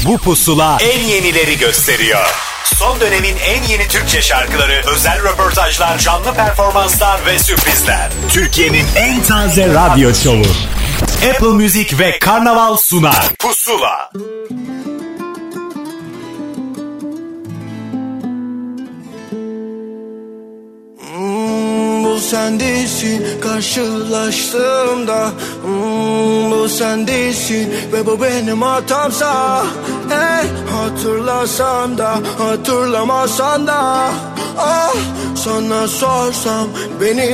Bu pusula en yenileri gösteriyor. Son dönemin en yeni Türkçe şarkıları, özel röportajlar, canlı performanslar ve sürprizler. Türkiye'nin en taze radyo şovu. Apple Music ve Karnaval sunar. Pusula. Bu sen değilsin karşılaştığımda, bu sen değilsin ve bu benim hatamsa. Hey, hatırlasam da hatırlamasan da, ah, sana sorsam beni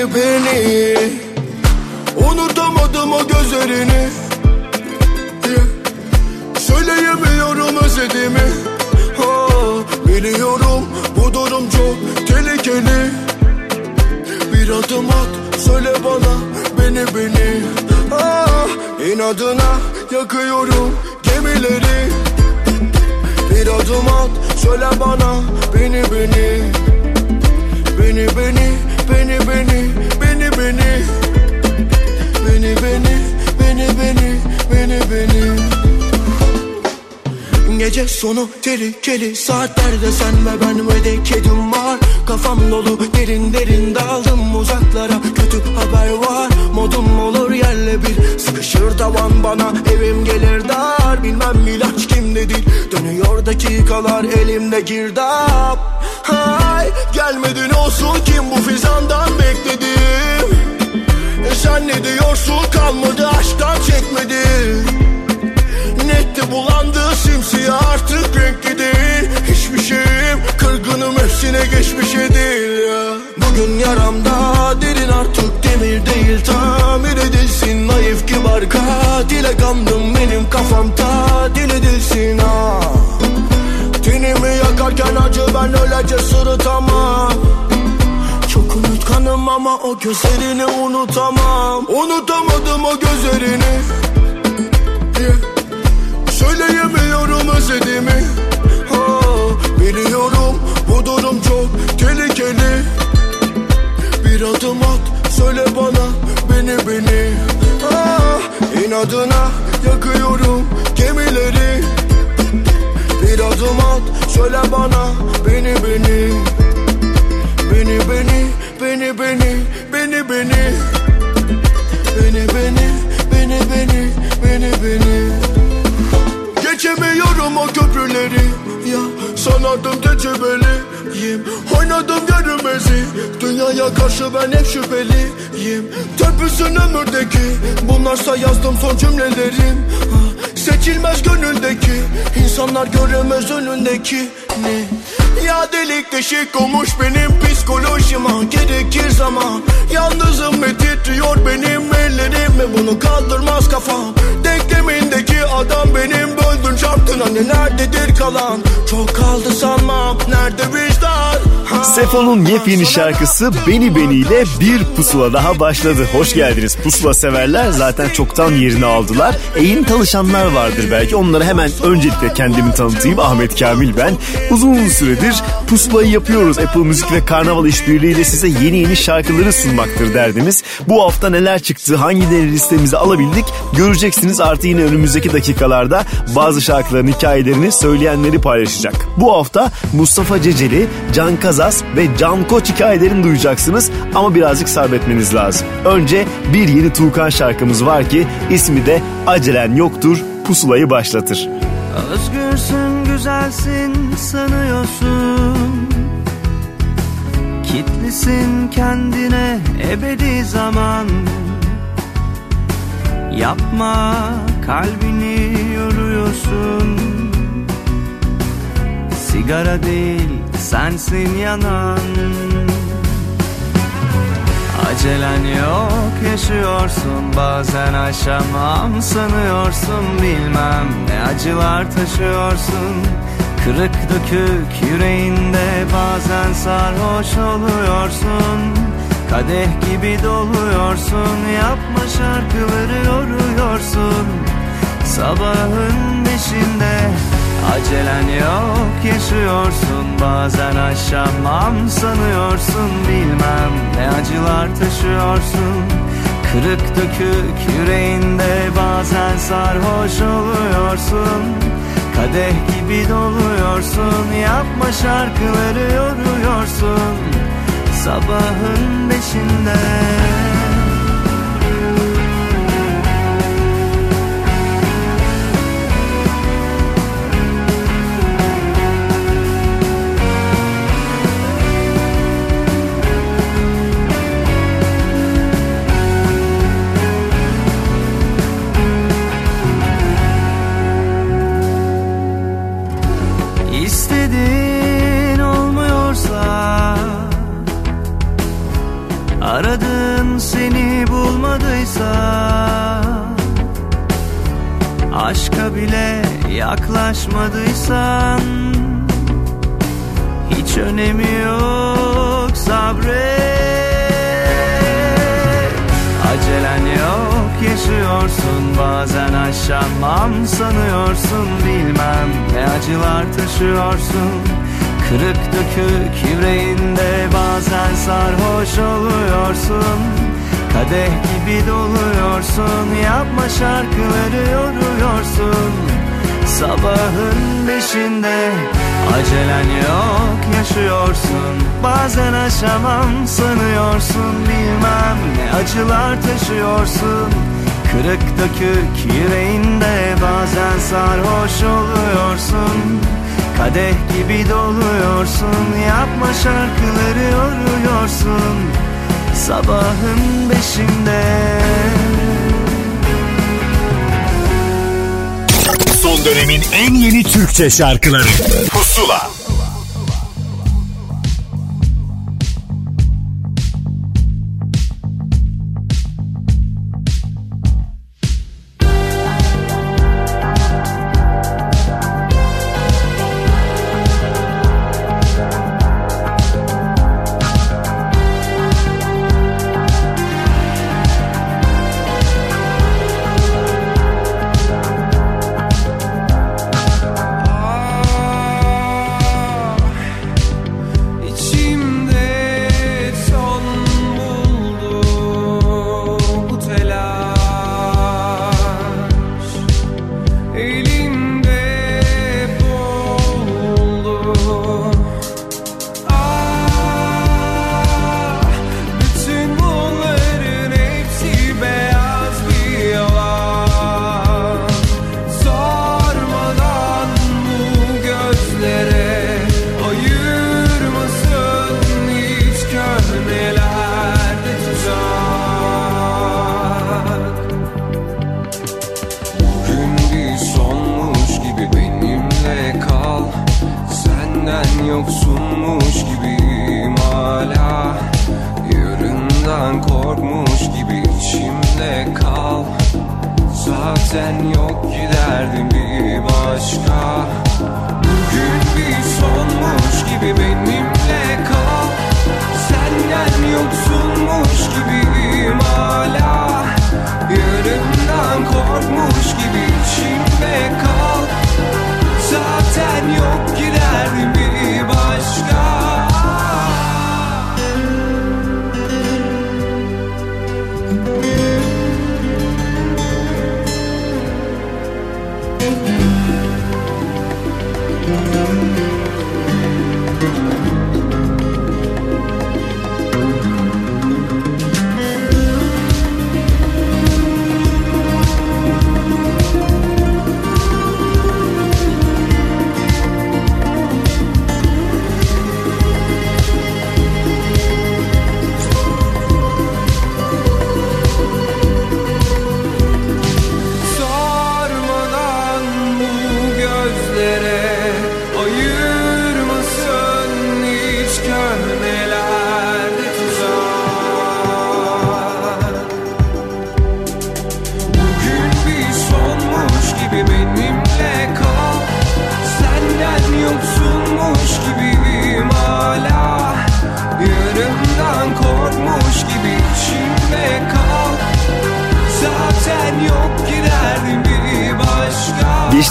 unutamadım o gözlerini, söyleyemiyorum özlediğimi. Biliyorum bu durum çok tehlikeli. Bir adım at, söyle bana beni. Ah, inadına yakıyorum gemileri. Bir adım at, söyle bana beni. Gece sonu tehlikeli saatlerde sen ve ben ve de kedim var. Kafam dolu derin daldım uzaklara, kötü haber var. Modum olur yerle bir, sıkışır tavan bana, evim gelir dar. Bilmem ilaç kimdedir, dönüyor dakikalar elimde girdap. Hay, gelmedin olsun kim bu fizandan bekledim. Sen ne diyorsun, kalmadı aşktan çekmedim. Netti bulandı simsiyah, artık renkli değil. Hiçbir şeyim, kırgınım hepsine geçmişe değil ya. Bugün yaramda derin, artık demir değil. Tamir edilsin naif kibar katile kandım, benim kafamda dil edilsin ha. Tenimi yakarken acı ben öylece sırıtamam. Çok unutkanım ama o gözlerini unutamam. Unutamadım o gözlerini, söyleyemiyorum özlediğimi. Biliyorum bu durum çok tehlikeli. Bir adım at, söyle bana beni. Ah, inadına yakıyorum gemileri. Bir adım at, söyle bana beni. Geçemiyorum o köprüleri ya, sanardım tecrübeliyim. Oynadım görünmezi, dünyaya karşı ben hep şüpheliyim. Törpüsün ömürdeki, bunlarsa yazdım son cümlelerim. Seçilmez gönüldeki, insanlar göremez önündeki ne? Ya delik deşik olmuş benim psikolojime, gerekir zaman. Yalnızım ve titriyor benim ellerim ve bunu kaldırmaz kafam. Denklemindeki adam benim, böldün çarptın, hani nerededir kalan? Çok kaldı sanmam, nerede vicdan? Sefo'nun yepyeni şarkısı Beni ile bir pusula daha başladı. Hoş geldiniz pusula severler, zaten çoktan yerini aldılar. Yeni tanışanlar vardır belki, onlara hemen öncelikle kendimi tanıtayım. Ahmet Kamil ben. Uzun süredir pusulayı yapıyoruz. Apple Music ve Karnaval işbirliğiyle size yeni şarkıları sunmaktır derdimiz. Bu hafta neler çıktı, hangileri listemize alabildik göreceksiniz. Artı yine önümüzdeki dakikalarda bazı şarkıların hikayelerini söyleyenleri paylaşacak. Bu hafta Mustafa Ceceli, Can Kazas ve Can Koç hikayelerini duyacaksınız ama birazcık sabretmeniz lazım. Önce bir yeni Tuğkan şarkımız var ki ismi de Acelen Yoktur, pusulayı başlatır. Özgürsün, güzelsin sanıyorsun, kitlisin kendine ebedi zaman. Yapma, kalbini yoruyorsun. Sigara değil, sensin yanan. Acelen yok, yaşıyorsun, bazen aşamam sanıyorsun. Bilmem ne acılar taşıyorsun, kırık dökük yüreğinde bazen sarhoş oluyorsun. Kadeh gibi doluyorsun, yapma şarkıları yoruyorsun. Sabahın beşinde acelen yok, yaşıyorsun, bazen aşamam sanıyorsun. Bilmem ne acılar taşıyorsun, kırık dökük yüreğinde bazen sarhoş oluyorsun. kadeh gibi doluyorsun. Yapma şarkıları yoruyorsun sabahın 5'inde. İstediğin olmuyorsa, aradığın seni bulmadıysa, aşka bile yaklaşmadıysan, hiç önemi yok, sabret. Acelen yok, yaşıyorsun, bazen aşamam sanıyorsun. Bilmem ne acılar taşıyorsun, kırık dökük yüreğinde. Bazen sarhoş oluyorsun, kadeh gibi doluyorsun. Yapma şarkıları yoruyorsun sabahın 5'inde. Acelen yok, yaşıyorsun, bazen aşamam sanıyorsun. Bilmem ne acılar taşıyorsun, kırık dökük yüreğinde. Bazen sarhoş oluyorsun, kadeh gibi doluyorsun. Yapma şarkıları yoruyorsun sabahın 5'inde. Son dönemin en yeni Türkçe şarkıları Pusula. Yoksunmuş gibiyim hala, yarından korkmuş gibi içimde kal. Zaten yok giderdim bir başka. Bugün bir sonmuş gibi benimle kal. Senden yoksunmuş gibiyim hala, yarından korkmuş gibi içimde kal. Zaten yok giderdim bir başka.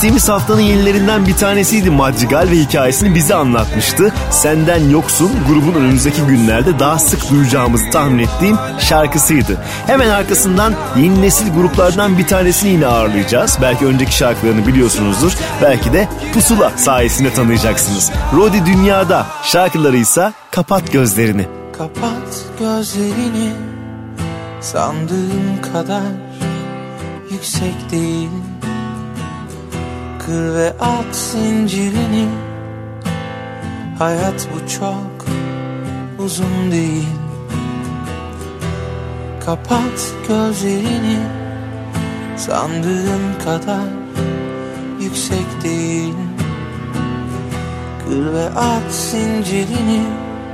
Geçtiğimiz haftanın yenilerinden bir tanesiydi Madrigal ve hikayesini bize anlatmıştı. Senden Yoksun grubun önümüzdeki günlerde daha sık duyacağımızı tahmin ettiğim şarkısıydı. Hemen arkasından yeni nesil gruplardan bir tanesini yine ağırlayacağız. Belki önceki şarkılarını biliyorsunuzdur. Belki de Pusula sayesinde tanıyacaksınız. Rodi Dünya'da, şarkıları ise Kapat Gözlerini. Kapat gözlerini, sandığım kadar yüksek değil. Kır ve at zincirini, hayat bu çok uzun değil. Kapat gözlerini, sandığım kadar yüksek değil. Kır ve at zincirini,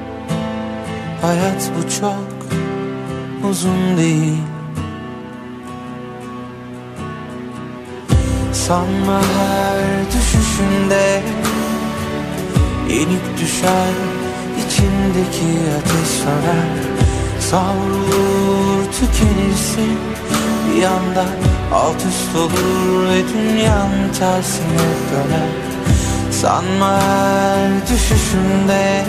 hayat bu çok uzun değil. Sanma her düşüşünde yenik düşer, içindeki ateş söner. Savrulur tükenirsin, bir anda alt üst olur ve dünyan tersine döner. Sanma her düşüşünde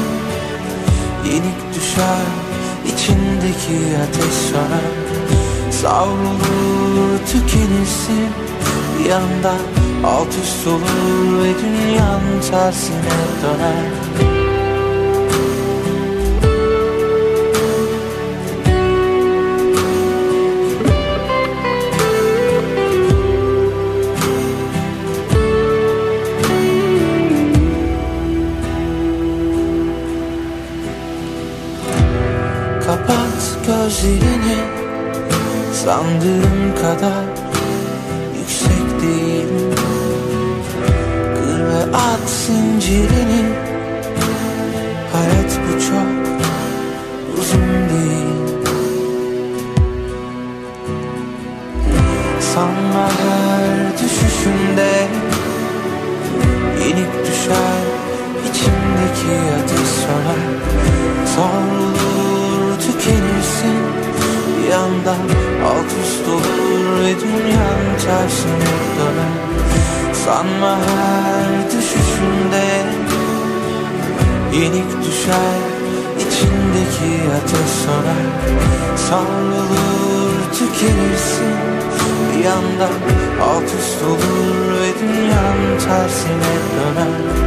yenik düşer, içindeki ateş söner. Savrulur tükenirsin, bir anda alt üst olur ve dünyan tersine döner. Kapat gözlerini, sandığım kadar yüksek değil. Kır ve at zincirini, hayat bu çok uzun değil. Sanma her düşüşünde yenik düşer, içindeki ateş söner. Savrulur tükenirsin, bir anda alt üst olur ve dünyan tersine döner. Sanma her düşüşünde yenik düşer, içindeki ateş söner. Savrulur tükenirsin, bir anda alt üst olur ve dünyan tersine döner.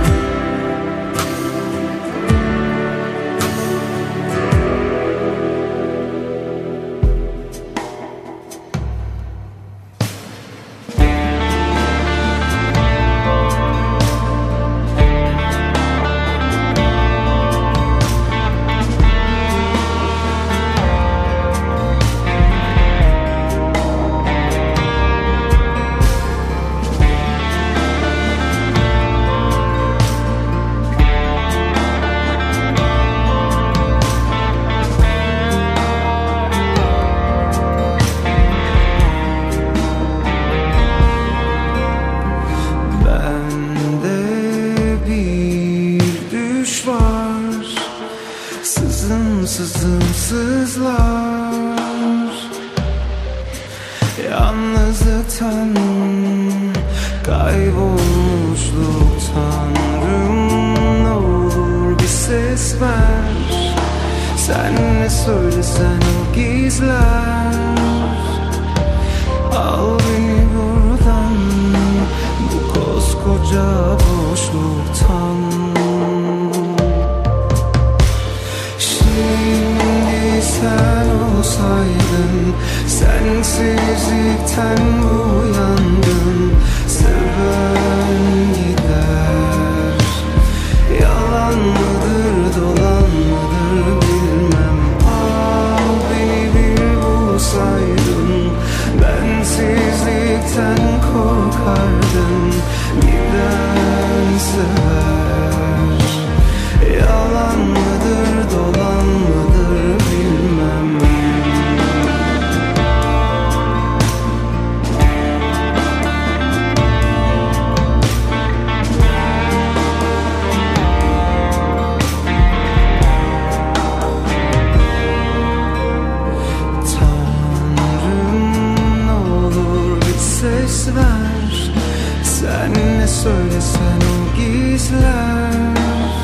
söylesen o gizler.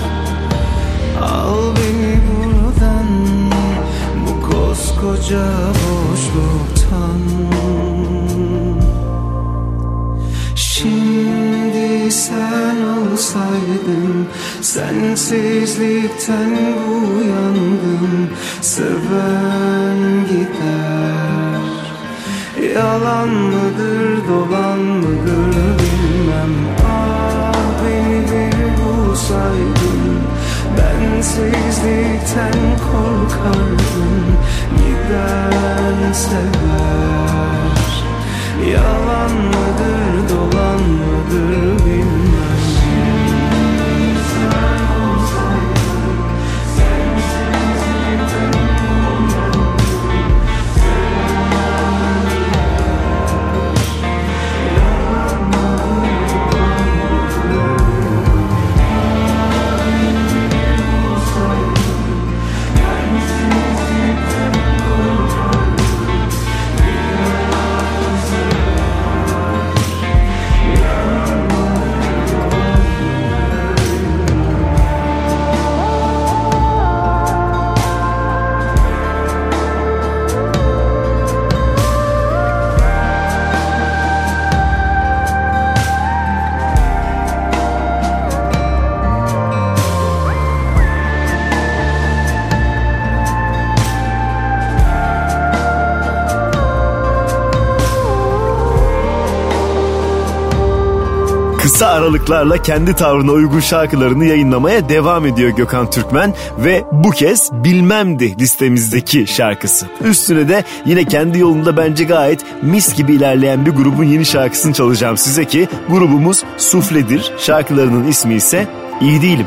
Al beni buradan, bu koskoca boşluktan. Şimdi sen olsaydın, sensizlikten uyandım. Seven gider, yalan mıdır dolan mıdır bilmem. Ah beni bir bulsaydın, bensizlikten korkardım. Giden sever, yalan mıdır dolan mıdır bilmem. Sen olsaydın, sensizlikten korkardım. Yalan mıdır dolan mıdır. Kısa aralıklarla kendi tavrına uygun şarkılarını yayınlamaya devam ediyor Gökhan Türkmen ve bu kez Bilmemdi listemizdeki şarkısı. Üstüne de yine kendi yolunda bence gayet mis gibi ilerleyen bir grubun yeni şarkısını çalacağım size ki grubumuz Sufle'dir. Şarkılarının ismi ise İyi Değilim.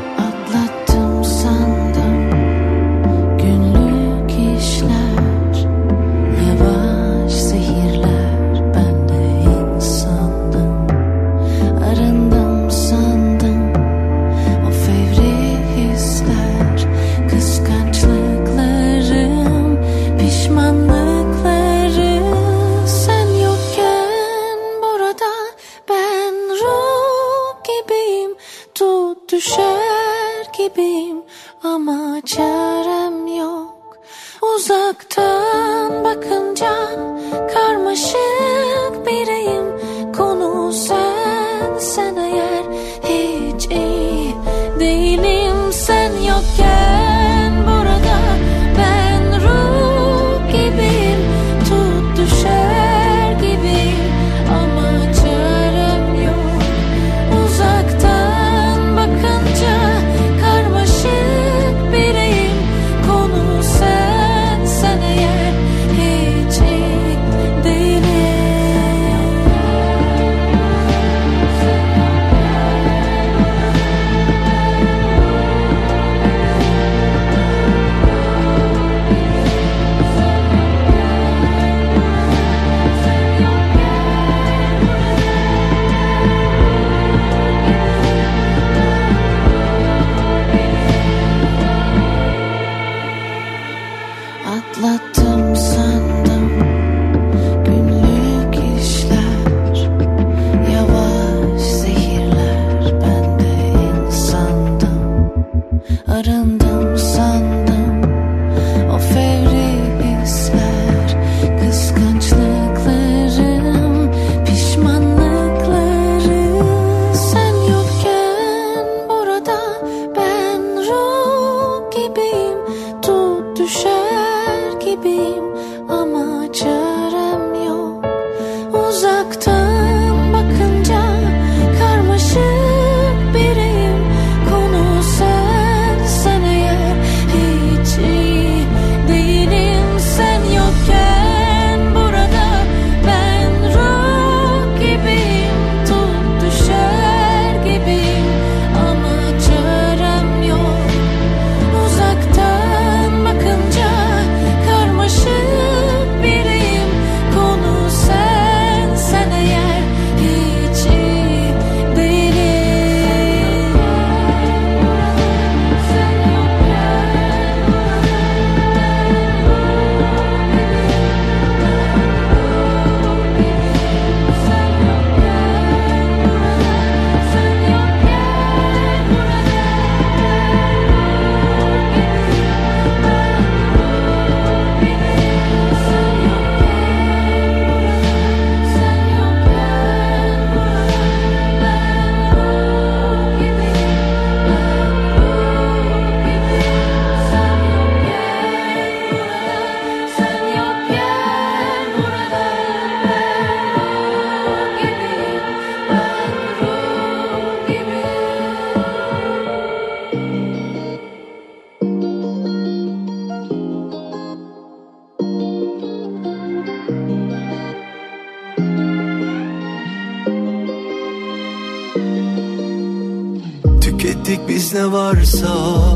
Tükettik biz ne varsa,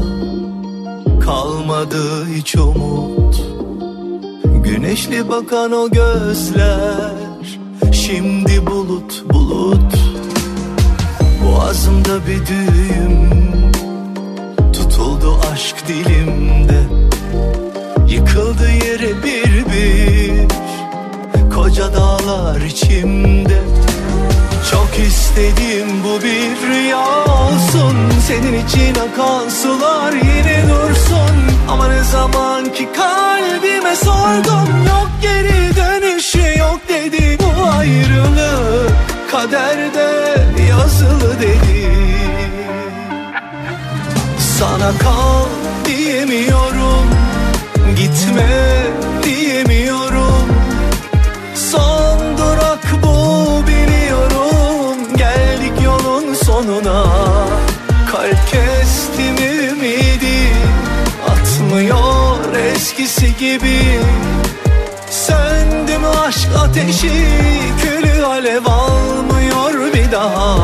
kalmadı hiç umut. Güneşli bakan o gözler, şimdi bulut bulut. Boğazımda bir düğüm, tutuldu aşk dilimde. Yıkıldı yere bir bir, koca dağlar içimde. Çok istedim bu bir rüya olsun, senin için akan sular yine dursun. Ama ne zaman ki kalbime sordum, yok geri dönüşü yok dedi. Bu ayrılık kaderde yazılı dedi. Sana kal diyemiyorum, gitme diyemiyorum. Son durak bu biliyorum, geldik yolun sonuna. Kalp kestim ümidi, atmıyor eskisi gibi. Söndü mü aşk ateşi, külü alev almıyor bir daha.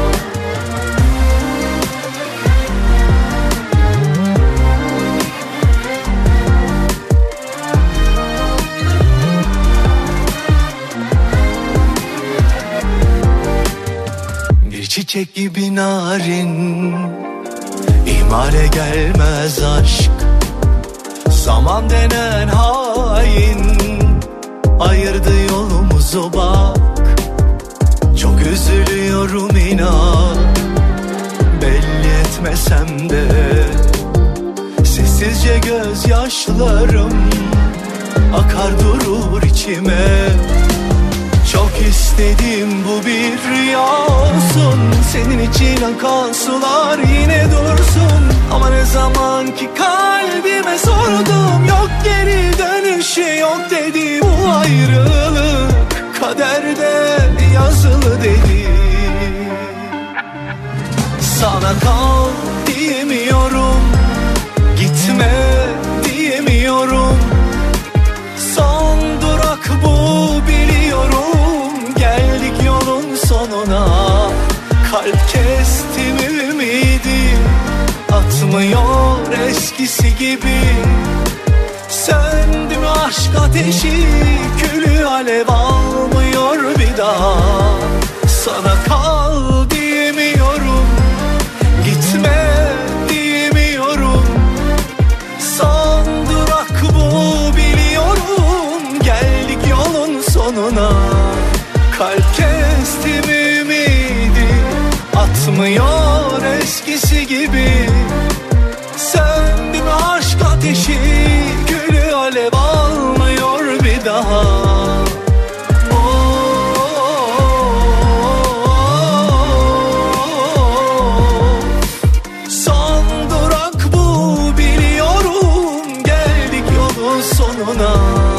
Çiçek gibi narin, ihmale gelmez aşk. Zaman denen hain, ayırdı yolumuzu bak. Çok üzülüyorum inan, belli etmesem de. Sessizce gözyaşlarım akar durur içime. Çok istedim bu bir rüya olsun, senin için akan sular yine dursun. Ama ne zaman ki kalbime sordum, yok geri dönüşü yok dedi. Bu ayrılık kaderde yazılı dedi. Sana kal diyemiyorum, gitme diyemiyorum. Son durak bu biliyorum, geldik yolun sonuna. Kalp kestim ümidi, atmıyor eskisi gibi. Söndü mü aşk ateşi, külü alev almıyor bir daha. Sana kal diyemiyorum, gitme diyemiyorum. Son durak bu biliyorum, geldik yolun sonuna. Kalp kestim ümidi, atmıyor eskisi gibi. Söndü mü aşk ateşi, külü alev almıyor bir daha. Son durak bu biliyorum, geldik yolun sonuna.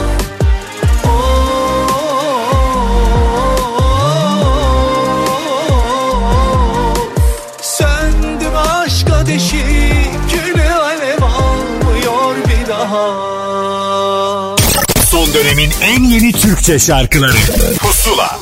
Son dönemin en yeni Türkçe şarkıları Pusula.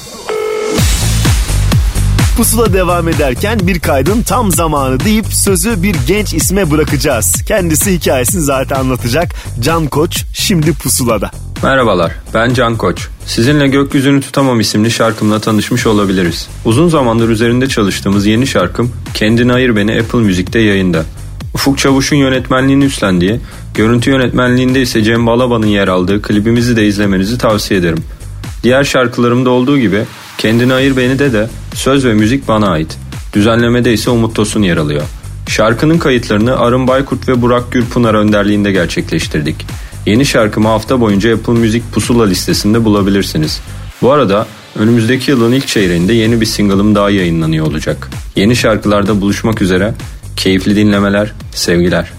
Pusula devam ederken bir kaydın tam zamanı deyip sözü bir genç isme bırakacağız. Kendisi hikayesini zaten anlatacak. Can Koç şimdi Pusula'da. Merhabalar, ben Can Koç. Sizinle Gökyüzünü Tutamam isimli şarkımla tanışmış olabiliriz. Uzun zamandır üzerinde çalıştığımız yeni şarkım Kendini Ayır Beni Apple Müzik'te yayında. Ufuk Çavuş'un yönetmenliğini üstlendiği, görüntü yönetmenliğinde ise Cem Balaba'nın yer aldığı klibimizi de izlemenizi tavsiye ederim. Diğer şarkılarımda olduğu gibi Kendini Ayır Beni'de de söz ve müzik bana ait. Düzenlemede ise Umut Tosun yer alıyor. Şarkının kayıtlarını Arın Baykurt ve Burak Gürpınar önderliğinde gerçekleştirdik. Yeni şarkımı hafta boyunca Apple Müzik Pusula listesinde bulabilirsiniz. Bu arada önümüzdeki yılın ilk çeyreğinde yeni bir single'ım daha yayınlanıyor olacak. Yeni şarkılarda buluşmak üzere. Keyifli dinlemeler, sevgiler.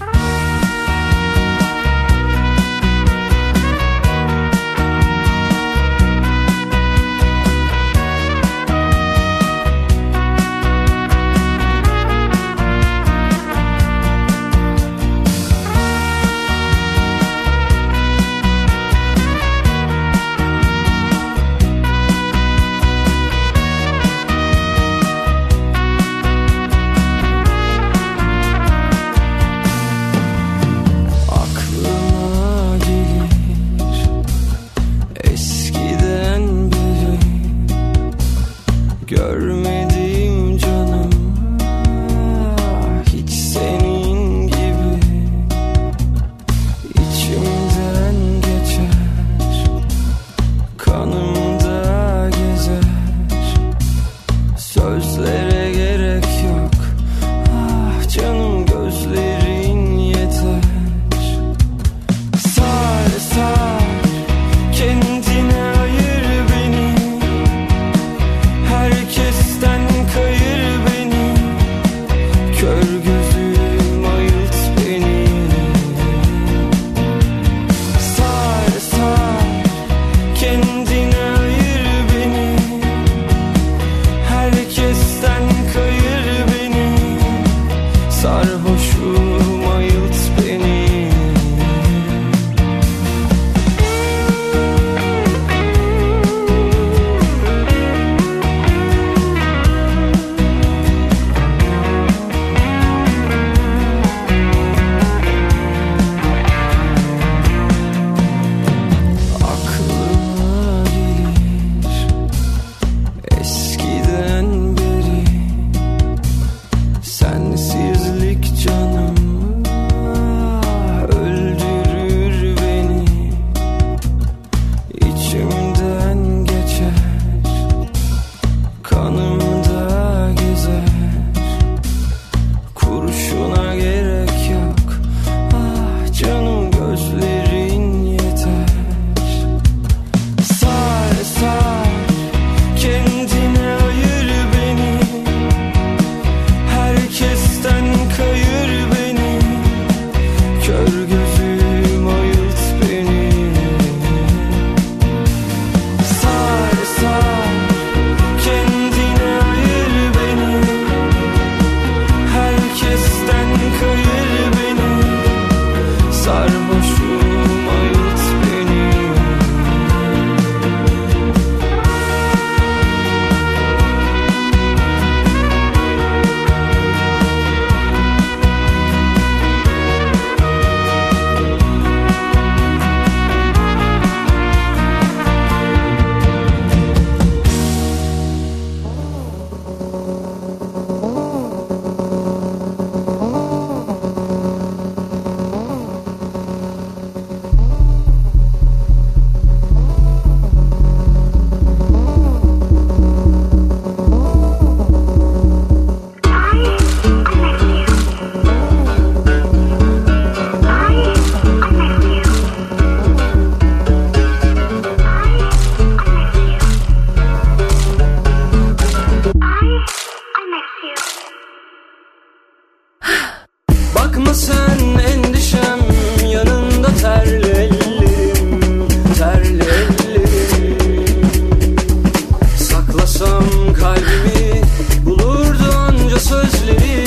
Bakma sen endişem, yanında terli ellerim, terli ellerim. Saklasam kalbimi bulurdu anca sözleri.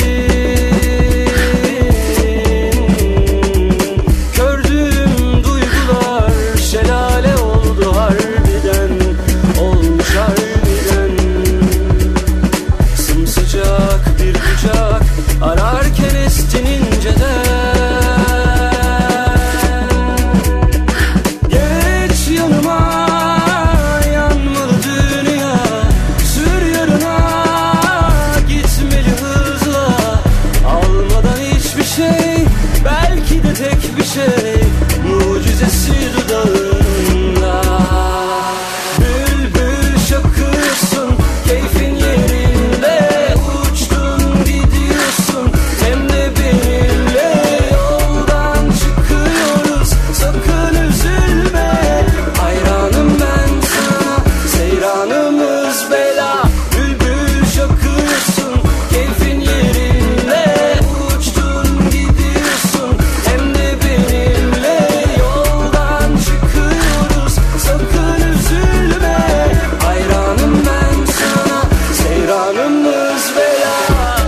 Gördüğüm duygular şelale oldu harbiden, olmuş harbiden. Sımsıcak bir kucak ararken estin inceden. Geç yanıma, yanmalı dünya, sür yarına, gitmeli hızla. Almadan hiçbir şey, belki de tek bir şey, mucizesi dudağında. Bülbül şakıyorsun, keyfin yerinde, uçtun gidiyorsun, hem de benimle. Yoldan çıkıyoruz, sakın üzülme. Hayranım ben sana, seyranımız bela. Bülbül şakıyorsun, keyfin yerinde, uçtun gidiyorsun, hem de benimle. Yoldan çıkıyoruz, sakın üzülme. Hayranım ben sana, seyranımız bela.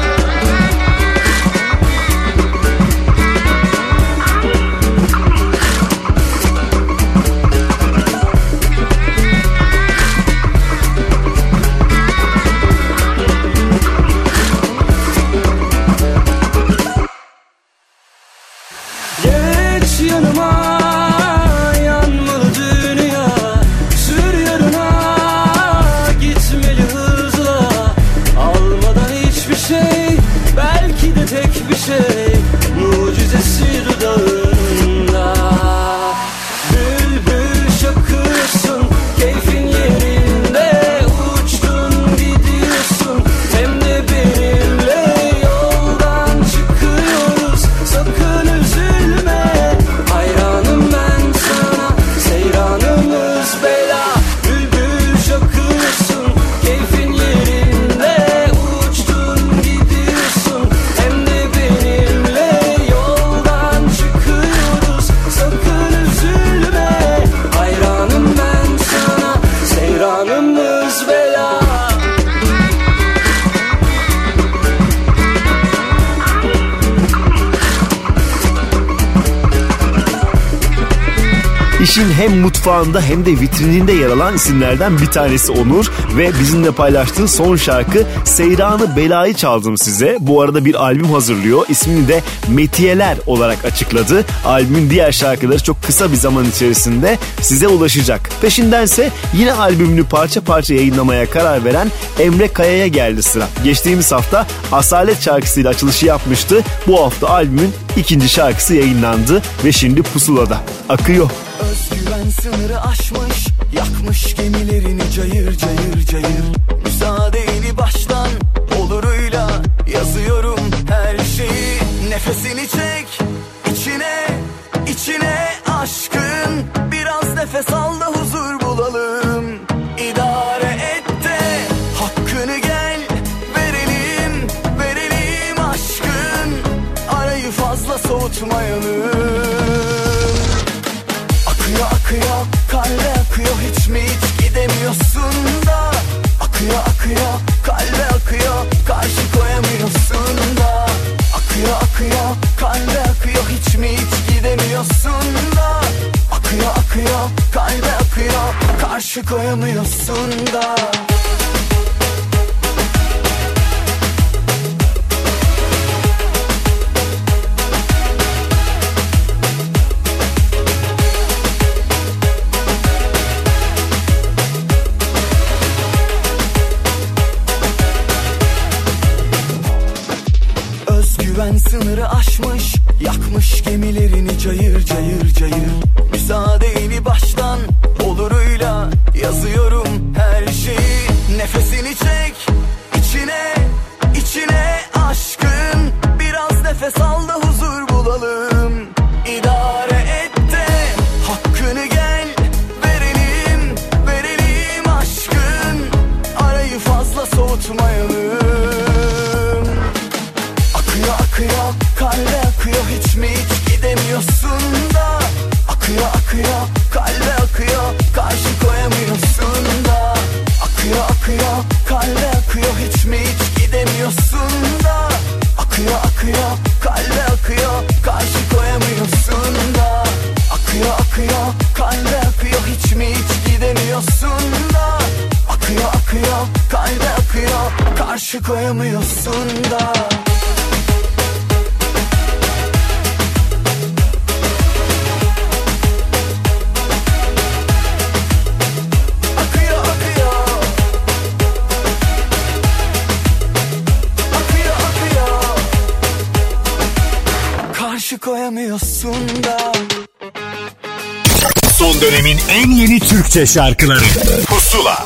Geç yanıma, yanmalı dünya, sür yarına, gitmeli hızla. Almadan hiçbir şey, belki de tek bir şey, mucizesi dudağında. Bülbül şakıyorsun, keyfin yerinde, uçtun gidiyorsun, hem de benimle. Yoldan çıkıyoruz, sakın üzülme. Hayranım ben sana, seyranımız bela. Bülbül şakıyorsun, keyfin yerinde, uçtun gidiyorsun, hem de benimle. Yoldan çıkıyoruz, sakın üzülme. Hayranım ben sana, seyranımız bela. İşin hem mutfağında hem de vitrininde yer alan isimlerden bir tanesi Onur ve bizimle paylaştığı son şarkı Seyranı Belayı çaldım size. Bu arada bir albüm hazırlıyor. İsmini de Metiyeler olarak açıkladı. Albümün diğer şarkıları çok kısa bir zaman içerisinde size ulaşacak. Peşindense yine albümünü parça parça yayınlamaya karar veren Emre Kaya'ya geldi sıra. Geçtiğimiz hafta Asalet şarkısıyla açılışı yapmıştı. Bu hafta albümün ikinci şarkısı yayınlandı ve şimdi pusulada. Akıyor. Özgüven sınırı aşmış, yakmış gemilerini cayır cayır cayır. Müsaadeni baştan oluruyla yazıyorum her şeyi. Nefesini çek, içine, içine aşkın. Biraz nefes al da huzur bulalım. İdare et de hakkını gel verelim, verelim aşkın. Arayı fazla soğutmayalım. Akıyor akıyor, kalbe akıyor, hiç mi hiç gidemiyorsun da. Akıyor akıyor, kalbe akıyor, karşı koyamıyorsun da. Akıyor akıyor, kalbe akıyor, hiç mi hiç gidemiyorsun da. Akıyor akıyor, kalbe akıyor, karşı koyamıyorsun da. Özgüven sınırı aşmış, yakmış gemilerini cayır cayır cayır. Müsaadeni baştan oluruyla yazıyorum her şeyi. Nefesini çek, içine, içine aşkın. Biraz nefes al da huzur bulalım. İdare et de hakkını gel verelim, verelim aşkın. Arayı fazla soğutmayalım. Akıyor akıyor, kalbe akıyor, mi hiç gidemiyorsun da? Akıyor akıyor kalbe akıyor, karşı koyamıyorsun da. Akıyor akıyor kalbe akıyor, hiç mi hiç gidemiyorsun da? Akıyor akıyor kalbe akıyor, karşı koyamıyorsun da. Akıyor akıyor kalbe akıyor, hiç mi hiç gidemiyorsun da? Akıyor akıyor kalbe akıyor, karşı koyamıyorsun da. Karşı koyamıyorsun da. Son dönemin en yeni Türkçe şarkıları Pusula.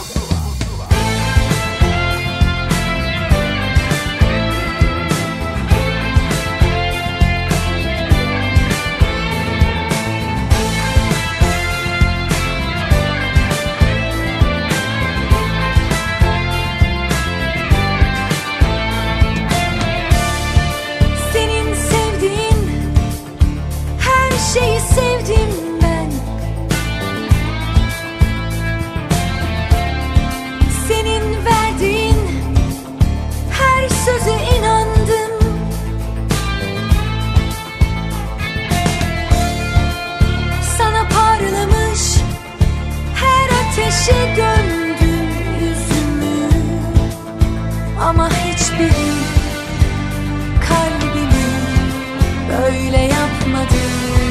Ama hiçbiri kalbimi böyle yapmadı.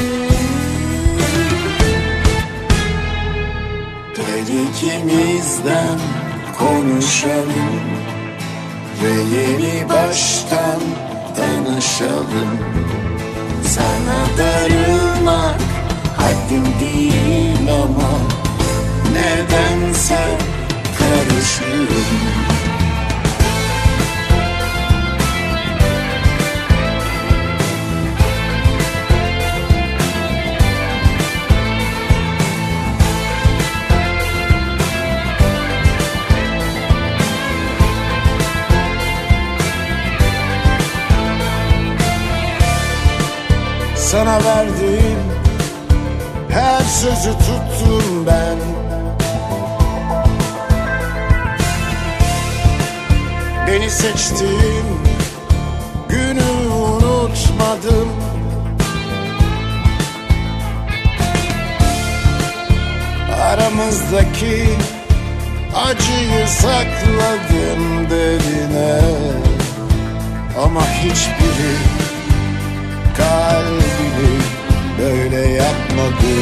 Gel ikimizden konuşalım ve yeni baştan tanışalım. Sana darılmak haddim değil ama nedense karışırım. Sana verdiğim her sözü tuttum ben. Beni seçtiğin günü unutmadım. Aramızdaki acıyı sakladım derine. Ama hiçbiri kalbimi böyle yapmadı.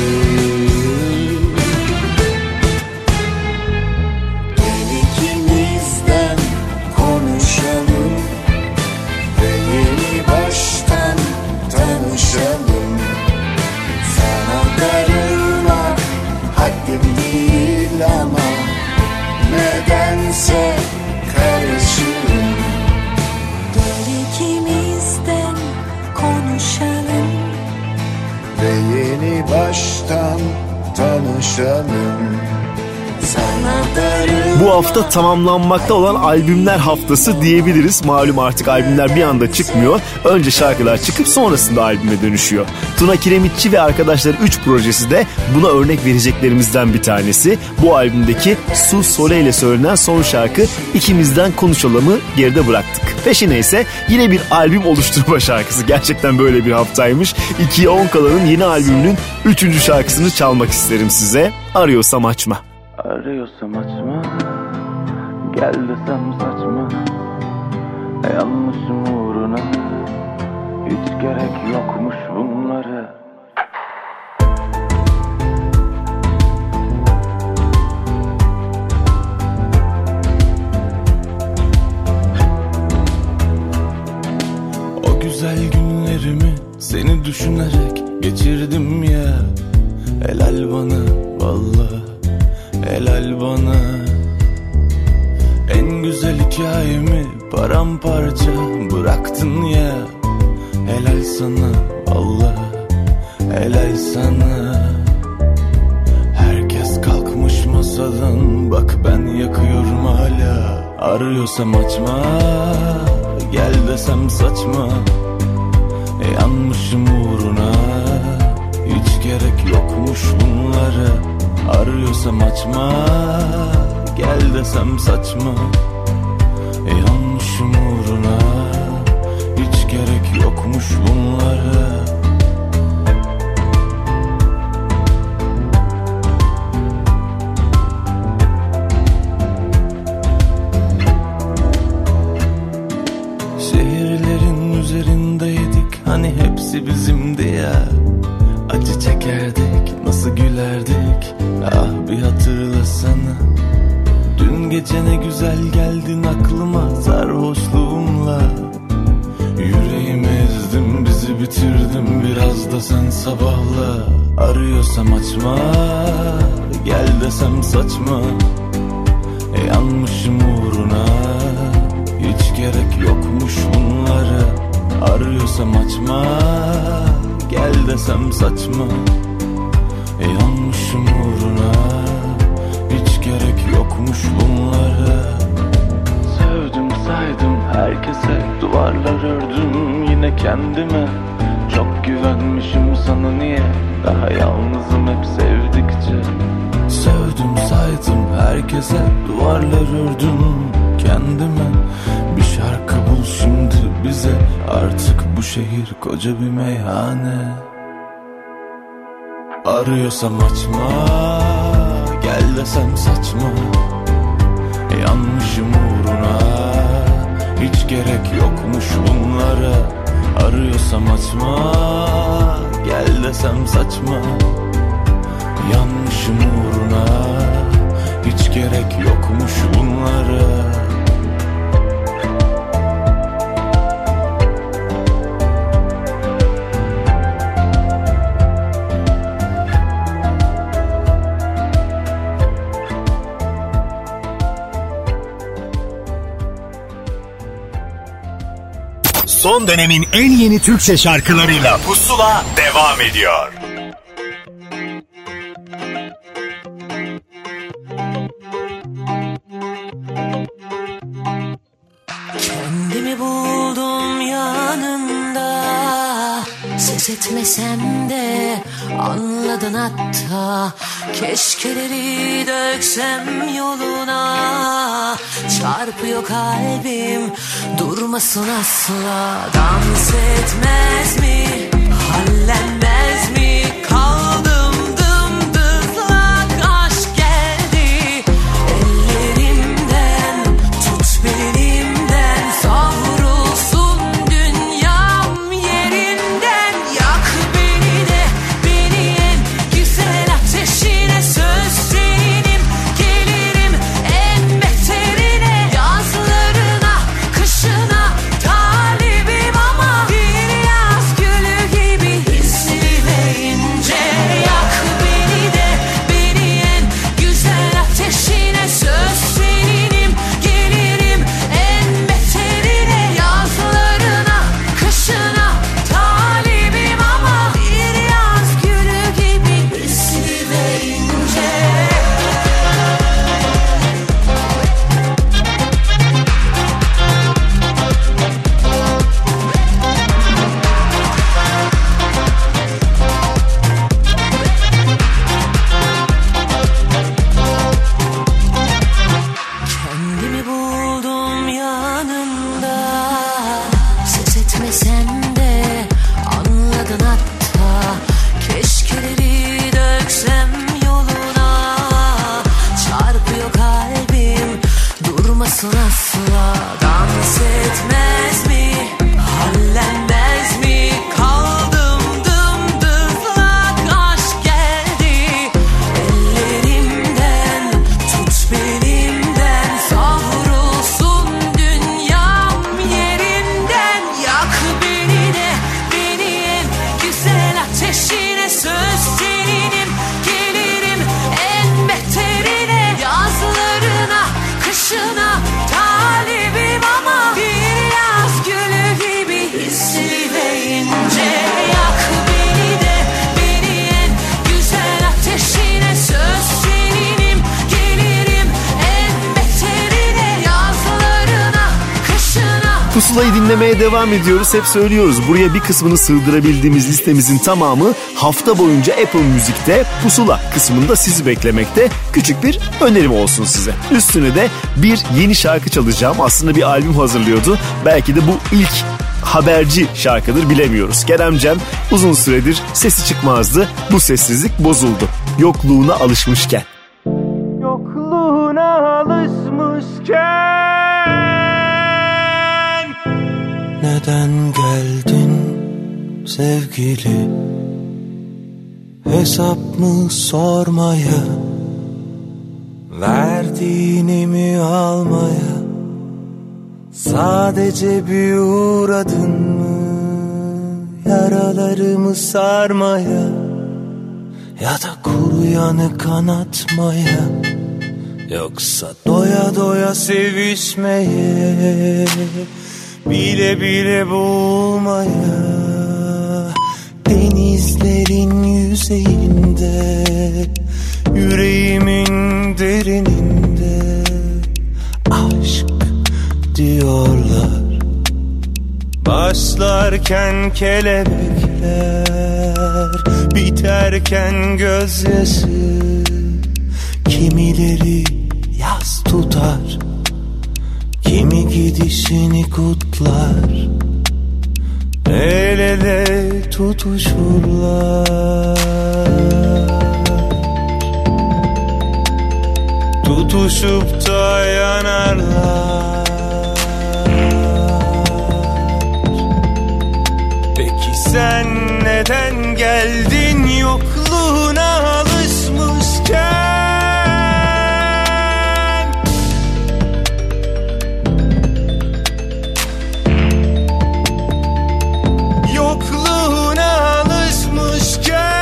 Gel ikimizden konuşalım ve yeni baştan tanışalım. Sana darılmak haddim değil ama nedense karışırım. Gel ikimizden konuşalım ve yeni baştan tanışalım. Bu hafta tamamlanmakta olan albümler haftası diyebiliriz. Malum artık albümler bir anda çıkmıyor. Önce şarkılar çıkıp sonrasında albüme dönüşüyor. Tuna Kiremitçi ve arkadaşları 3 projesi de buna örnek vereceklerimizden bir tanesi. Bu albümdeki Su Sole ile söylenen son şarkı İkimizden Konuşalam'ı geride bıraktık. Peşine ise yine bir albüm oluşturma şarkısı. Gerçekten böyle bir haftaymış. 2'ye 10 kalanın yeni albümünün 3. şarkısını çalmak isterim size. Arıyorsam açma. Arıyorsam açma, gel desem saçma. Yanlışım uğruna hiç gerek yokmuş bunlara. O güzel günlerimi seni düşünerek geçirdim ya. Helal bana vallahi, helal bana. En güzel hikayemi paramparça bıraktın ya. Helal sana vallahi, helal sana. Herkes kalkmış masadan, bak ben yakıyorum hala. Arıyorsam açma, gel desem saçma. Yanmışım uğruna, hiç gerek yokmuş bunları. Arıyorsam açma, gel desem saçma. Yanmışım uğruna, hiç gerek yokmuş bunları. Şehirlerin üzerindeydik, hani hepsi bizimdi ya. Acı çekerdik, nasıl gülerdik, ah bir hatırlasana. Dün gece ne güzel geldin aklıma sarhoşluğumla. Yüreğimi ezdim, bizi bitirdim, biraz da sen sabahla. Arıyorsam açma, gel desem saçma. Yanmışım uğruna, hiç gerek yokmuş bunları. Arıyorsam açma, gel desem saçma. Yanmışım uğruna, hiç gerek yokmuş bunları. Sevdim saydım herkese, duvarlar ördüm yine kendime. Çok güvenmişim sana, niye daha yalnızım hep sevdikçe. Sevdim saydım herkese, duvarlar ördüm kendime. Bir şarkı bul şimdi bize, artık bu şehir koca bir meyhane. Arıyorsam açma, gel desem saçma. Yanmışım uğruna, hiç gerek yokmuş bunlara. Arıyorsam açma, gel desem saçma. Yanmışım uğruna, hiç gerek yokmuş bunlara. Son dönemin en yeni Türkçe şarkılarıyla Pusula devam ediyor. Kendimi buldum yanında, ses etmesem de anladın hatta. Keşkeleri döksem yoluna, çarpıyor kalbim durmasın asla. Dans etmez mi, hallenmez mi, kaldım dımdızlak. Aşk geldi ellerimden, tut belimden, savrulsun dünyam yerinden. Yak beni de, beni en güzel ateşine, söz senim, gelirim en beterine. Yazlarına, kışına talibim ama bir yaz gülü gibi hisli ve Pusulayı dinlemeye devam ediyoruz. Hep söylüyoruz. Buraya bir kısmını sığdırabildiğimiz listemizin tamamı hafta boyunca Apple Müzik'te Pusula kısmında sizi beklemekte. Küçük bir önerim olsun size. Üstüne de bir yeni şarkı çalacağım. Aslında bir albüm hazırlıyordu. Belki de bu ilk haberci şarkıdır, bilemiyoruz. Kerem Cem uzun süredir sesi çıkmazdı. Bu sessizlik bozuldu. Yokluğuna alışmışken. Yokluğuna alışmışken Neden geldin sevgili? Hesap mı sormaya, verdiğini mi almaya? Sadece bir uğradın mı yaralarımı sarmaya, ya da kuru yanı kanatmaya, yoksa doya doya sevişmeye, bile bile boğulmaya, denizlerin yüzeyinde, yüreğimin derininde aşk diyorlar. Başlarken kelebekler, biterken gözyaşı. Kimileri yaz tutar, kimi gidişini kutlar. El ele tutuşurlar, tutuşup da yanarlar. Peki sen neden geldin yokluğuna alışmışken? Yokluğuna alışmışken.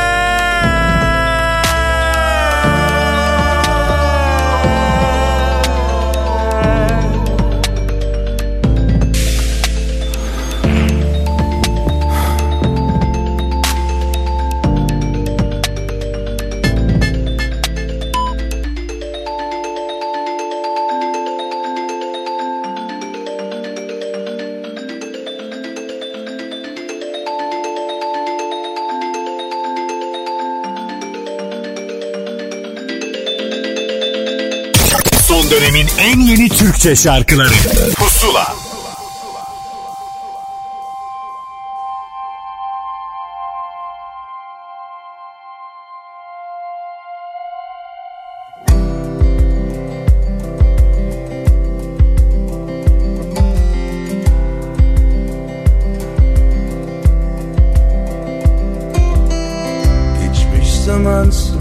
Son dönemin en yeni Türkçe şarkıları Pusula. Geçmiş zamansın,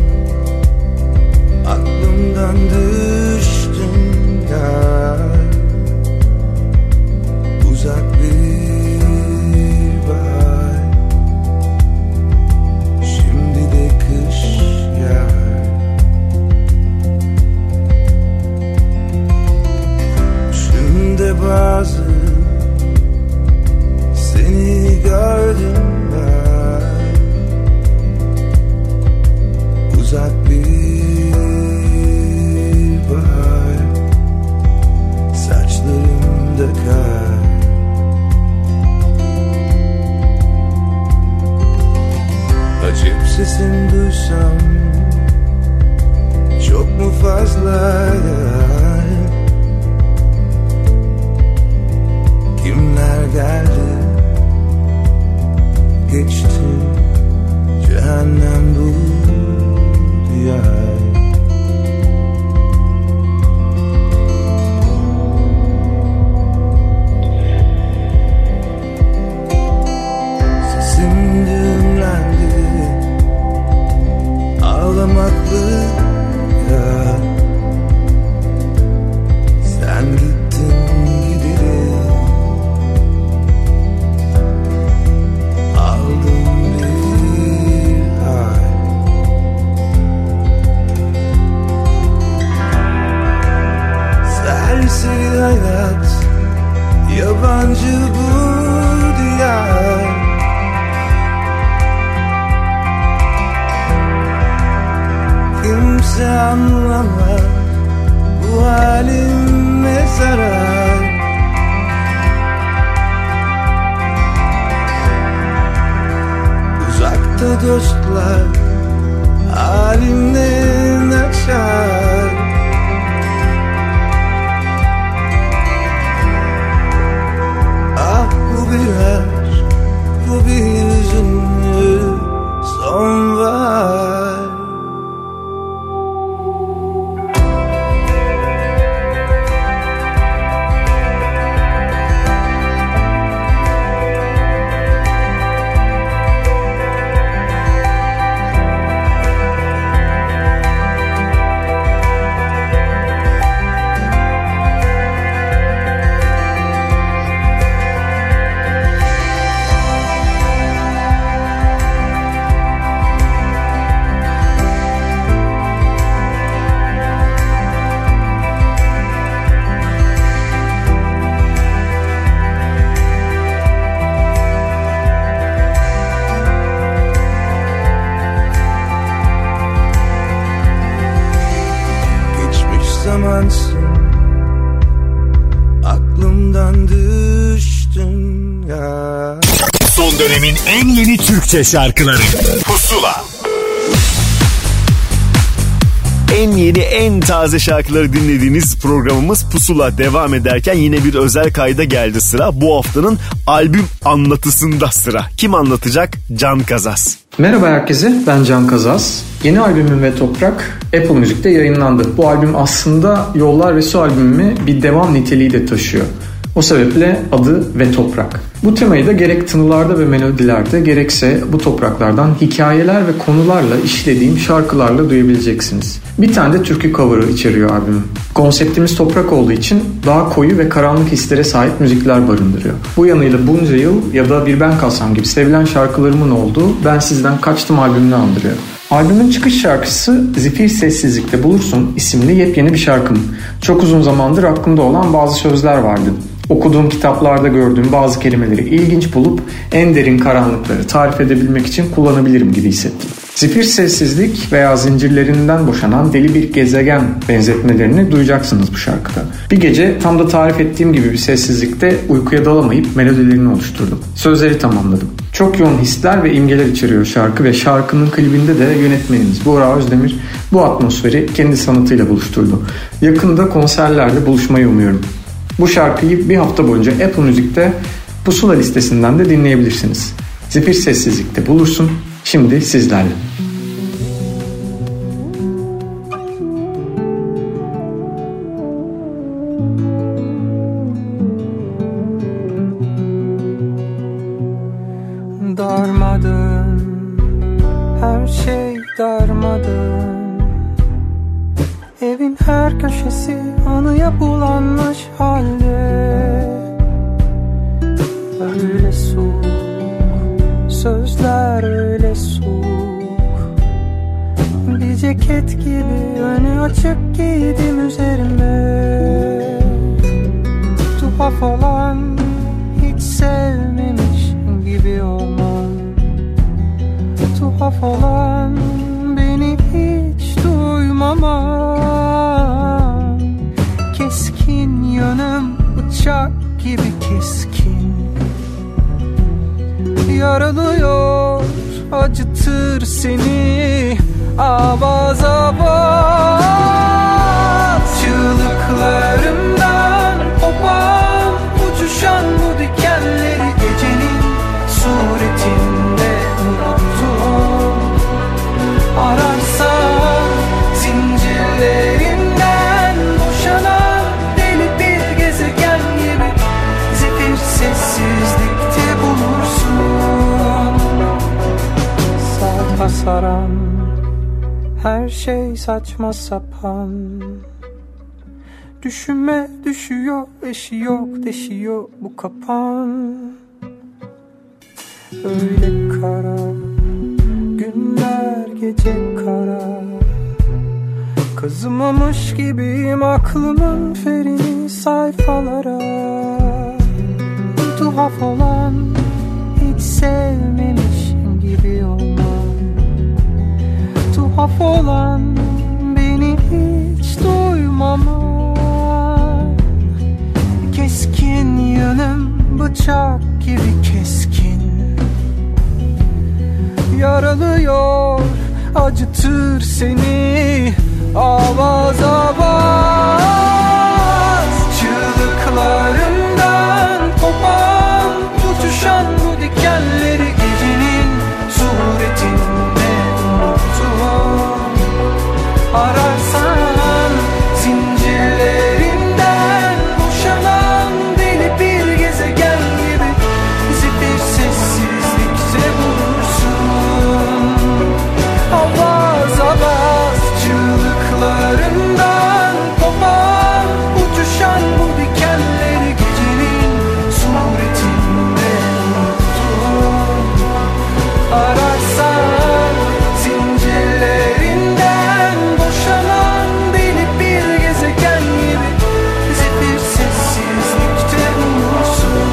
aklımdan düştün ya. Uzak bir bahar, şimdi de kış yağar. Şimdi bazı seni gördüm ben. Uzak bir bahar, saçlarımda kar. Acip sesini duysam çok mu fazla? Kimler geldi geçti, cehennem bu diyar. Sesim düğümlendi, dostlar halimden aşar. Ah bu bir aşk, bu bir hüzünlü sonbahar. Aklımdan düştün ya. Son dönemin en yeni Türkçe şarkıları Pusula. En yeni, en taze şarkıları dinlediğiniz programımız Pusula devam ederken yine bir özel kayda geldi sıra. Bu haftanın albüm anlatısında sıra. Kim anlatacak? Can Kazaz. Merhaba herkese, ben Can Kazaz. Yeni albümüm Ve Toprak Apple Müzik'te yayınlandı. Bu albüm aslında Yollar ve Su albümüme bir devam niteliği de taşıyor. O sebeple adı Ve Toprak. Bu temayı da gerek tınılarda ve melodilerde gerekse bu topraklardan hikayeler ve konularla işlediğim şarkılarla duyabileceksiniz. Bir tane de türkü cover'ı içeriyor albümüm. Konseptimiz toprak olduğu için daha koyu ve karanlık hislere sahip müzikler barındırıyor. Bu yanıyla Bunca Yıl ya da Bir Ben Kalsam gibi sevilen şarkılarımın olduğu Ben Sizden Kaçtım albümünü andırıyor. Albümün çıkış şarkısı Zifir Sessizlikte Bulursun isimli yepyeni bir şarkım. Çok uzun zamandır aklımda olan bazı sözler vardı. Okuduğum kitaplarda gördüğüm bazı kelimeleri ilginç bulup en derin karanlıkları tarif edebilmek için kullanabilirim gibi hissettim. Zifir sessizlik veya zincirlerinden boşanan deli bir gezegen benzetmelerini duyacaksınız bu şarkıda. Bir gece tam da tarif ettiğim gibi bir sessizlikte uykuya dalamayıp melodilerini oluşturdum. Sözleri tamamladım. Çok yoğun hisler ve imgeler içeriyor şarkı ve şarkının klibinde de yönetmenimiz Buğra Özdemir bu atmosferi kendi sanatıyla buluşturdu. Yakında konserlerde buluşmayı umuyorum. Bu şarkıyı bir hafta boyunca Apple Müzik'te Pusula listesinden de dinleyebilirsiniz. Zifir Sessizlikte Bulursun şimdi sizlerle. Darmadağın, her şey darmadağın. Evin her köşesi anıya bulanmış halde. Öyle soğuk, sözler öyle soğuk. Bir ceket gibi önü açık giydim üzerime. Tuhaf olan hiç sevmemiş gibi olmam. Tuhaf olan beni hiç duymamam. Keskin yönüm bıçak gibi keskin. Yaralıyor, acıtır seni avaz avaz. Çığlıklarımdan kopan uçuşan bu dikenleri gecenin suretinde unuttum. Ararsan zincirlerinden boşanan deli bir gezegen gibi zifir sessizlikte bulursun. Sarpa saran her şey saçma sapan. Düşüme düşüyor, eşi yok, deşiyor bu kapan. Öyle kara, günler gece kara. Kazımamış gibiyim aklımın ferini sayfalara. Tuhaf olan hiç sevmemiş gibi olmam. Tuhaf olan beni hiç duymamam. Keskin yönüm bıçak gibi keskin. Yaralı çalıyor, acıtır seni avaz avaz. Çığlıklarından kopan, tutuşan bu dikenleri gecenin suretinde unutulan. Ararsan zincirlerinden boşanan deli bir gezegen gibi bizi bir sessizlikte bulursun. Avaz avaz çığlıklarından kopan, uçuşan bu dikenleri gecenin suretinde unutulan. Ararsan zincirlerinden boşanan deli bir gezegen gibi bizi bir sessizlikte bulursun.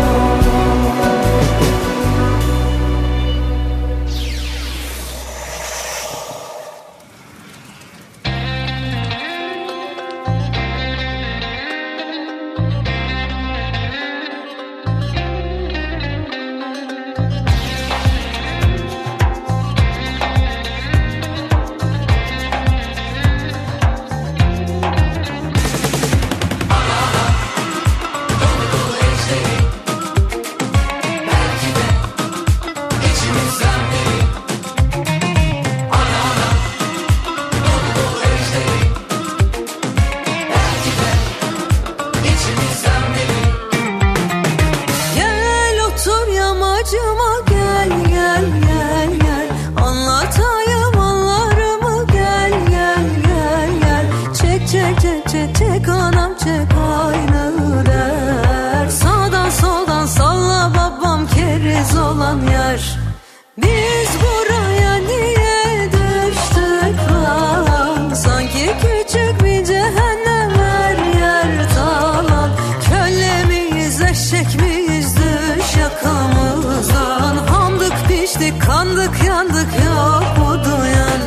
Gel otur yamacıma, gel gel gel gel, anlatayım anlarımı, gel gel gel gel. Çek çek çek çek çek anam, çek aynı der. Sağdan soldan salla babam, keriz olan yer. Biz buraya niye düştük lan? Sanki küçük bir cehennem, her yer talan. Köle miyiz, eşek miyiz, düş yakamızdan. Handık piştik, kandık yandık, yok mu duyan?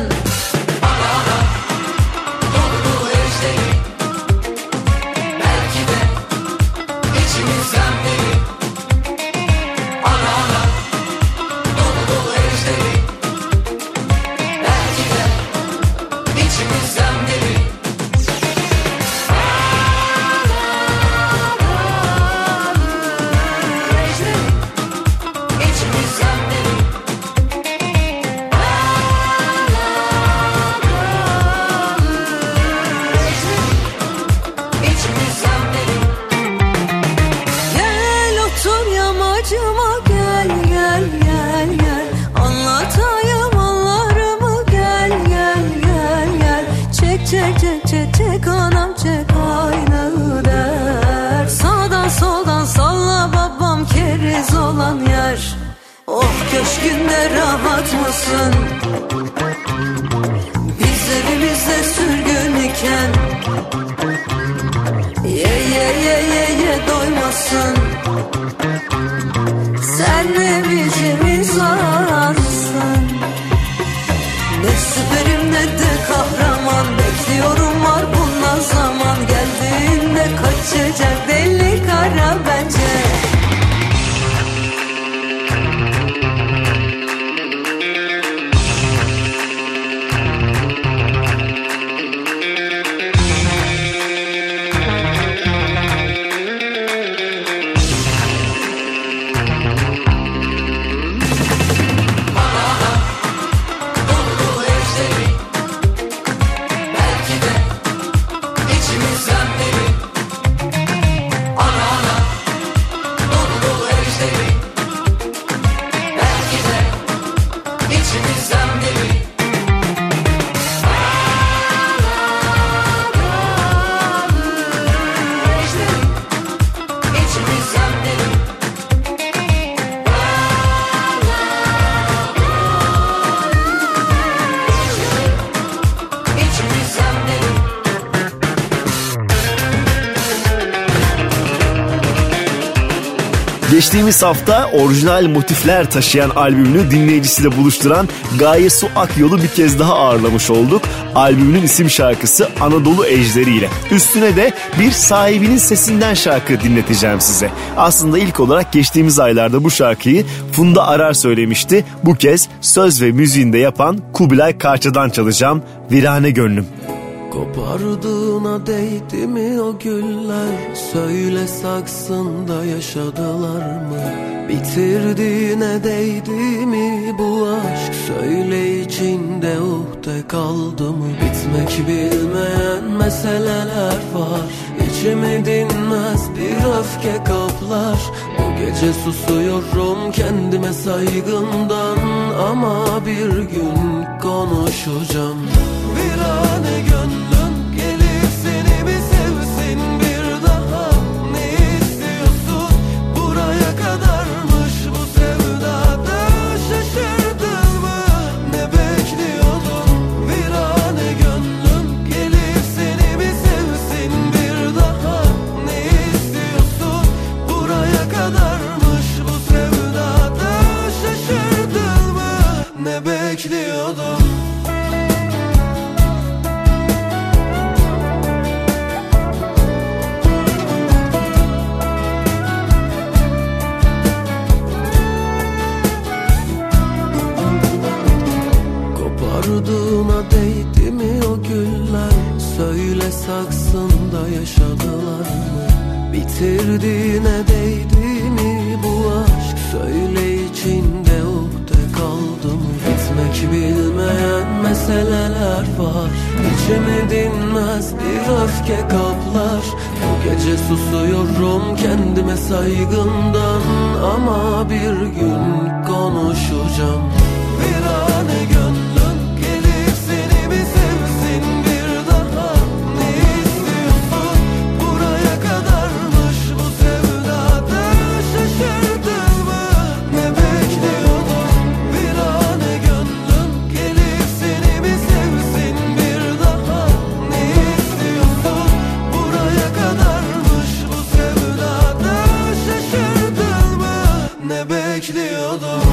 Gel otur yamacıma, gel gel gel gel, anlatayım anlarımı, gel gel gel gel. Çek çek çek çek çek anam, çek aynı der. Sağdan soldan salla babam, keriz olan yer. Oh köşkünde rahat mısın? Biz evimizde sürgün iken, ye ye ye ye ye doymasın. Sen ne biçim insansın? Ne süperim ne de kahraman, bekliyorum var bundan zaman. Geldiğinde kaçacak deli kara bence. Geçtiğimiz hafta orijinal motifler taşıyan albümünü dinleyicisiyle buluşturan Gaye Su Akyol'u bir kez daha ağırlamış olduk. Albümünün isim şarkısı Anadolu Ejderi ile. Üstüne de bir sahibinin sesinden şarkı dinleteceğim size. Aslında ilk olarak geçtiğimiz aylarda bu şarkıyı Funda Arar söylemişti. Bu kez söz ve müziğini de yapan Kubilay Karça'dan çalacağım. Virane Gönlüm. Kopardığına değdi mi o güller? Söyle saksında yaşadılar mı? Bitirdiğine değdi mi bu aşk? Söyle içinde uhde kaldı mı? Bitmek bilmeyen meseleler var. İçimi dinmez bir öfke kaplar. Bu gece susuyorum kendime saygımdan, ama bir gün konuşacağım. Virane gönlüm gelip seni bir sevsin bir daha. Ne istiyorsun? Buraya kadarmış bu sevdada. Şaşırdın mı? Ne bekliyordun? Virane gönlüm gelip seni bir sevsin bir daha. Ne istiyorsun? Buraya kadarmış bu sevdada. Şaşırdın mı? Ne bekliyordun? Kopardığına değdi mi o güller? Söyle saksında yaşadılar mı? Bitirdiğine değdi mi bu aşk? Söyle içinde ukde kaldı mı? Bitmek bilmeyen meseleler var. İçimi dinmez bir öfke kaplar. Bu gece susuyorum kendime saygımdan, ama bir gün konuşacağım. Virane gönlüm gelip seni bir sevsin bir daha. Ne istiyorsun? Buraya kadarmış bu sevdada. Şaşırdın mı? Ne bekliyordun? Virane gönlüm gelip seni bir sevsin bir daha. Ne istiyorsun? Buraya kadarmış bu sevdada. Şaşırdın mı? Ne bekliyordun?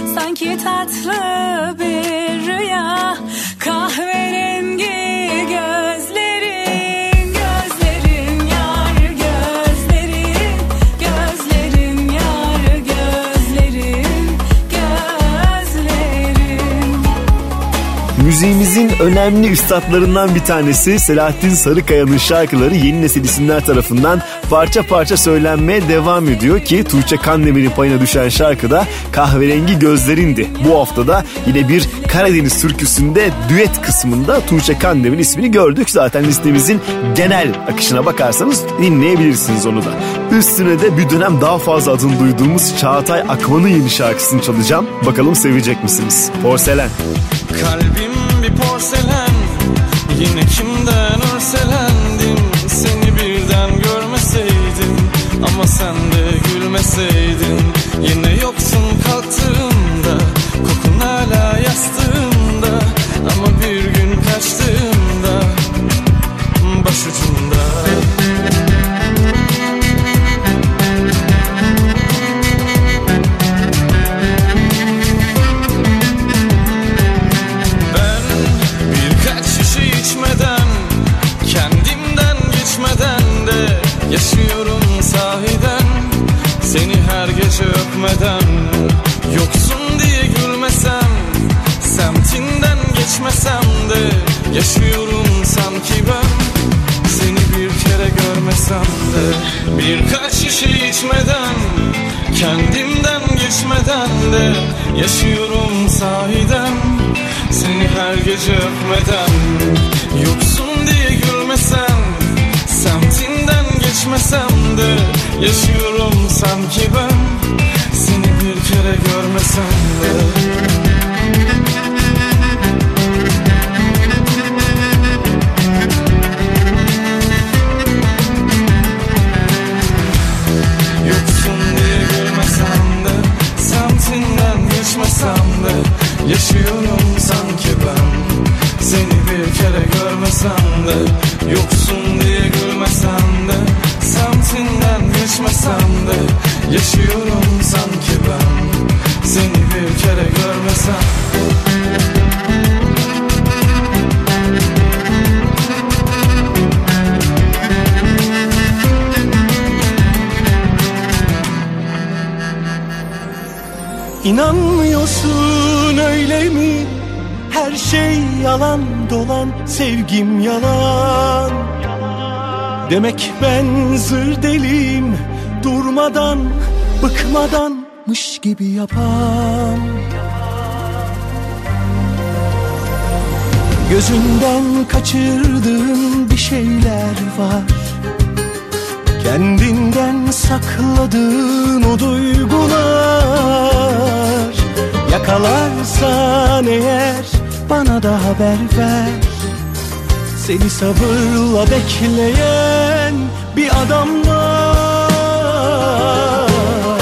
sanki tatlı bir rüya. Kahverengi gözlerin, gözlerin yar gözlerin, gözlerin yar gözlerin, gözlerin. Müziğimizin önemli üstadlarından bir tanesi Selahattin Sarıkaya'nın şarkıları yeni nesil isimler tarafından parça parça söylenmeye devam ediyor ki Tuğçe Kandemir'in payına düşen şarkı da Kahverengi Gözlerindi. Bu hafta da yine bir Karadeniz türküsünde düet kısmında Tuğçe Kandemir'in ismini gördük. Zaten listemizin genel akışına bakarsanız dinleyebilirsiniz onu da. Üstüne de bir dönem daha fazla adını duyduğumuz Çağatay Akman'ın yeni şarkısını çalacağım. Bakalım sevecek misiniz? Porselen. Kalbim bir porselen, yine kimden örselendim. Seni birden görmeseydim, ama sen de gülmeseydin. Yine yoksun kalktığımda, kokun hala yastığımda. Ama bir gün kaçtığımda, başucumda. Yaşıyorum sahiden, seni her gece öpmeden. Yoksun diye gülmesem, semtinden geçmesem de yaşıyorum sanki ben. Seni bir kere görmesem de, birkaç şişe içmeden, kendimden geçmeden de yaşıyorum sahiden, seni her gece öpmeden. Yoksun diye gülmesem, semtinden geçmesem de yaşıyorum sanki ben, seni bir kere görmesem de. Yoksun diye gülmesem de, semtinden geçmesem de yaşıyorum sanki ben, seni bir kere görmesem de. Yoksun diye gülmesem de, semtinden geçmesem de yaşıyorum sanki ben, seni bir kere görmesem. İnanmıyorsun öyle mi? Her şey yalan dolan, sevgim yalan. Demek ben zır deliyim, durmadan, bıkmadanmış gibi yapan. Gözünden kaçırdığın bir şeyler var, kendinden sakladığın o duygular. Yakalarsan eğer bana da haber ver. Seni sabırla bekleyen bir adam var.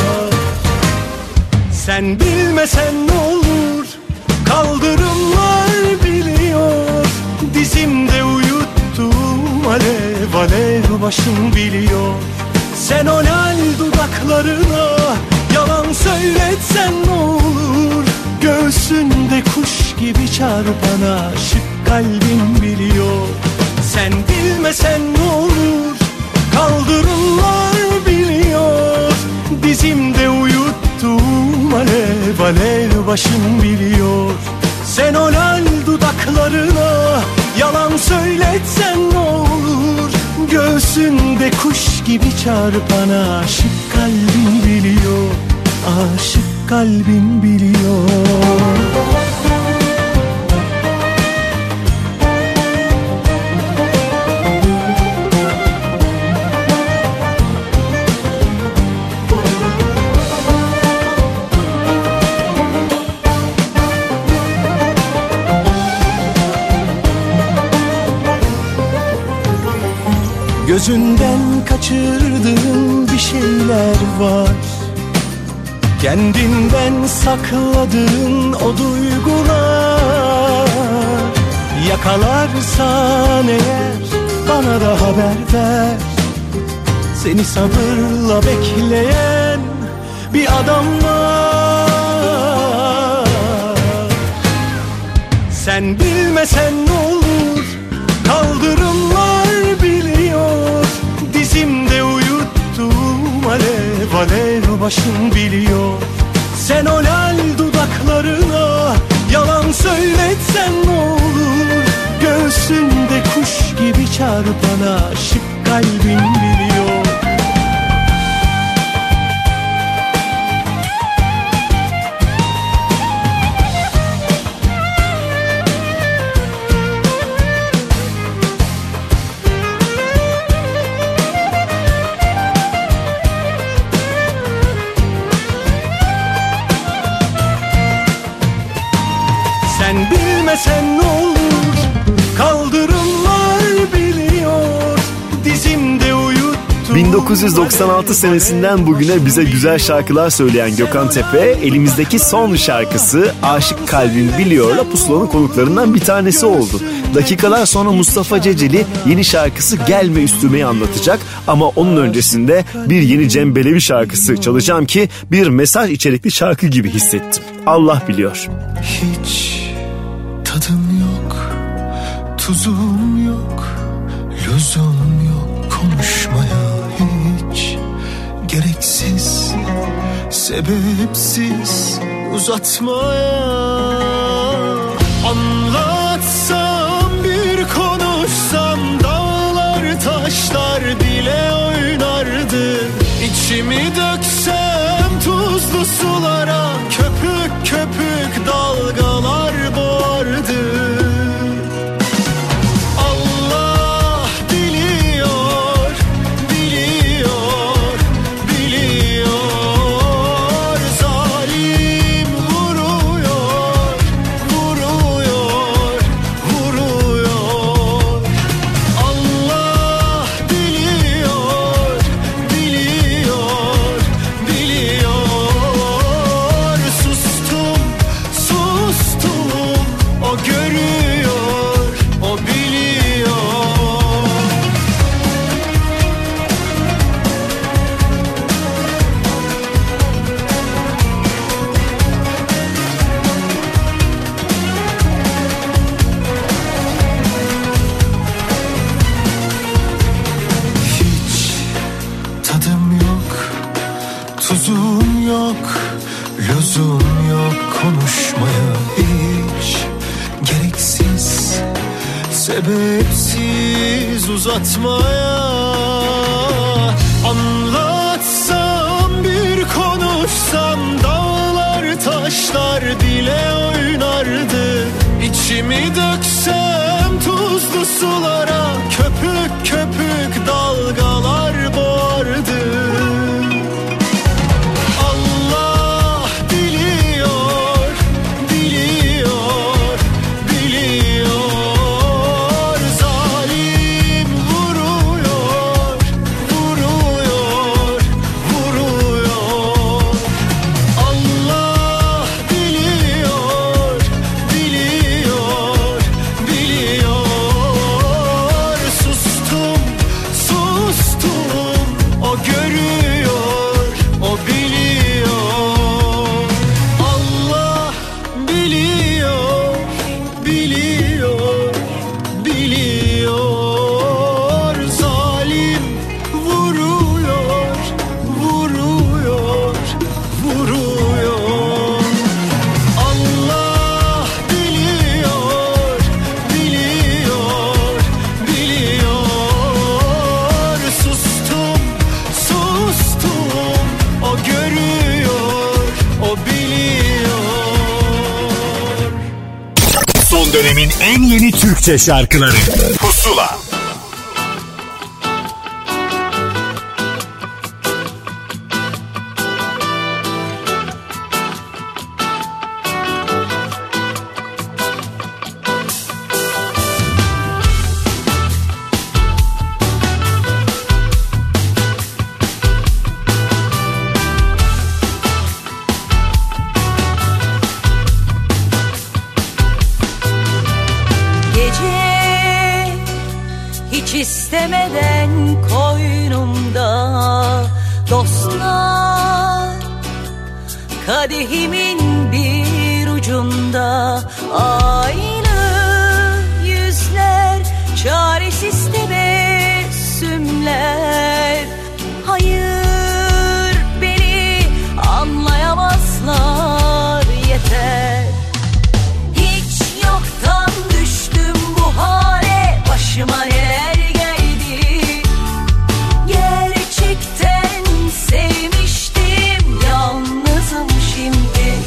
Sen bilmesen ne olur, kaldırımlar biliyor. Dizimde uyuttum alev alev başım biliyor. Sen o lal dudaklarına yalan söyletsen ne olur. Göğsünde kuş gibi çarpan aşık kalbin biliyor. Sen bilmesen ne olur, kaldırımlar biliyor. Dizimde uyuttum alev alev başım biliyor. Sen o lal dudaklarına yalan söyletsen ne olur. Göğsünde kuş gibi çarpan aşık kalbin biliyor. Aşık kalbin biliyor. Gözünden kaçırdığın bir şeyler var, kendinden sakladığın o duygular. Yakalarsan eğer bana da haber ver. Seni sabırla bekleyen bir adam var. dudaklarına yalan söyletsen ne olur? Göğsünde kuş gibi çarpan aşık kalbin biliyor. Sen bilmesen ne olur, kaldırımlar biliyor, dizimde uyuttum. 1996 senesinden bugüne bize güzel şarkılar söyleyen Gökhan Tepe, elimizdeki son şarkısı Aşık Kalbin Biliyor'la Pusula'nın konuklarından bir tanesi oldu. Dakikalar sonra Mustafa Ceceli yeni şarkısı Gelme Üstüme'yi anlatacak ama onun öncesinde bir yeni Cem Belevi şarkısı çalacağım ki bir mesaj içerikli şarkı gibi hissettim. Allah biliyor. Hiç tadım yok, tuzum yok, lüzum yok konuşmaya hiç. Gereksiz, sebepsiz uzatmaya. Anlatsam bir konuşsam dağlar taşlar bile oynardı. İçimi döksem tuzlu sulara köpük köpük dalgalar boğardı. Allah biliyor, biliyor, biliyor. Zalim vuruyor, vuruyor, vuruyor. Allah biliyor, biliyor, biliyor. Sustum, sustum. O görüyor, o biliyor. Hiç tadım yok, tuzum yok, lüzum yok konuşmaya hiç. Gereksiz, sebepsiz uzatmaya. Anlatsam bir konuşsam dağlar taşlar bile oynardı. İçimi döksem tuzlu sulara köpük köpük dalgalar boğardı. Allah biliyor, biliyor, biliyor. Zalim vuruyor, vuruyor, vuruyor. Allah biliyor, biliyor, biliyor. Sustum, sustum. O görüyor, o biliyor. Allah biliyor, biliyor, biliyor. Zalim vuruyor, vuruyor, vuruyor. Allah biliyor, biliyor, biliyor. Sustum, sustum. O görüyor, o biliyor. Son dönemin en yeni Türkçe şarkıları Pusula. Gece hiç istemeden koynumda dostlar, kadehimin bir ucunda aynı yüzler, çaresiz tebessümler. Hayır, beni anlayamazlar yeter.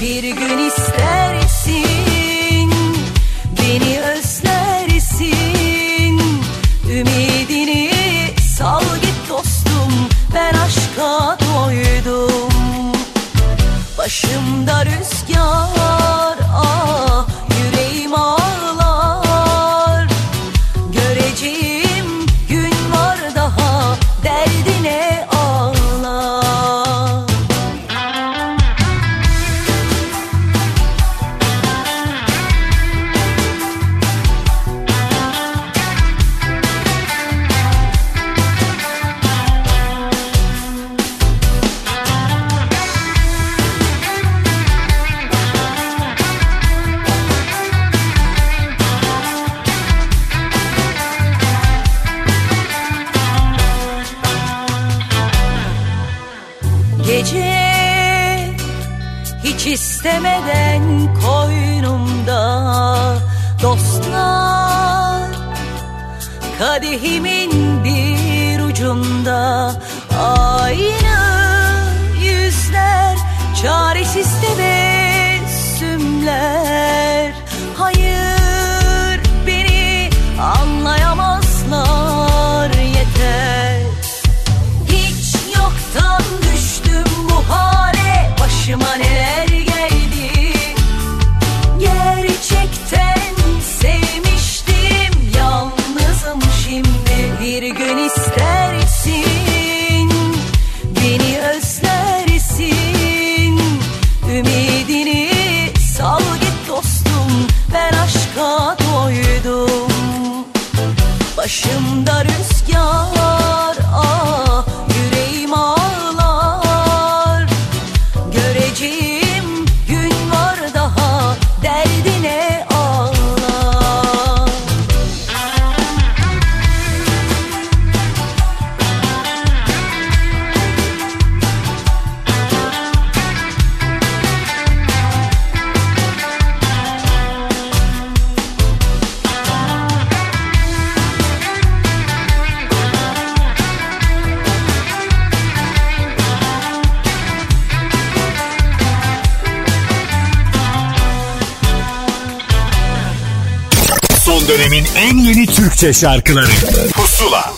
Bir gün istersin, beni özlersin. Ümidini sal git dostum, ben aşka doydum. Başımda rüzgar, ah yüreğim ağlar. Göreceğim gün var daha, derdine ağla. Gece hiç istemeden koynumda dostlar, kadehimin bir ucunda aynı yüzler, çaresiz tebessümler. Hayır, beni anlayamazlar yeter. Hiç yoktan düştüm bu hale, başıma neler geldi. Gerçekten sevmiştim, yalnızım şimdi. Bir gün istersin, beni özlersin. Ümidini sal git dostum, ben aşka doydum. Başımda rüzgar, ah yüreğim ağlar. Göreceğim gün var daha, derdine ağla. Son dönemin en yeni Türkçe şarkıları Pusula.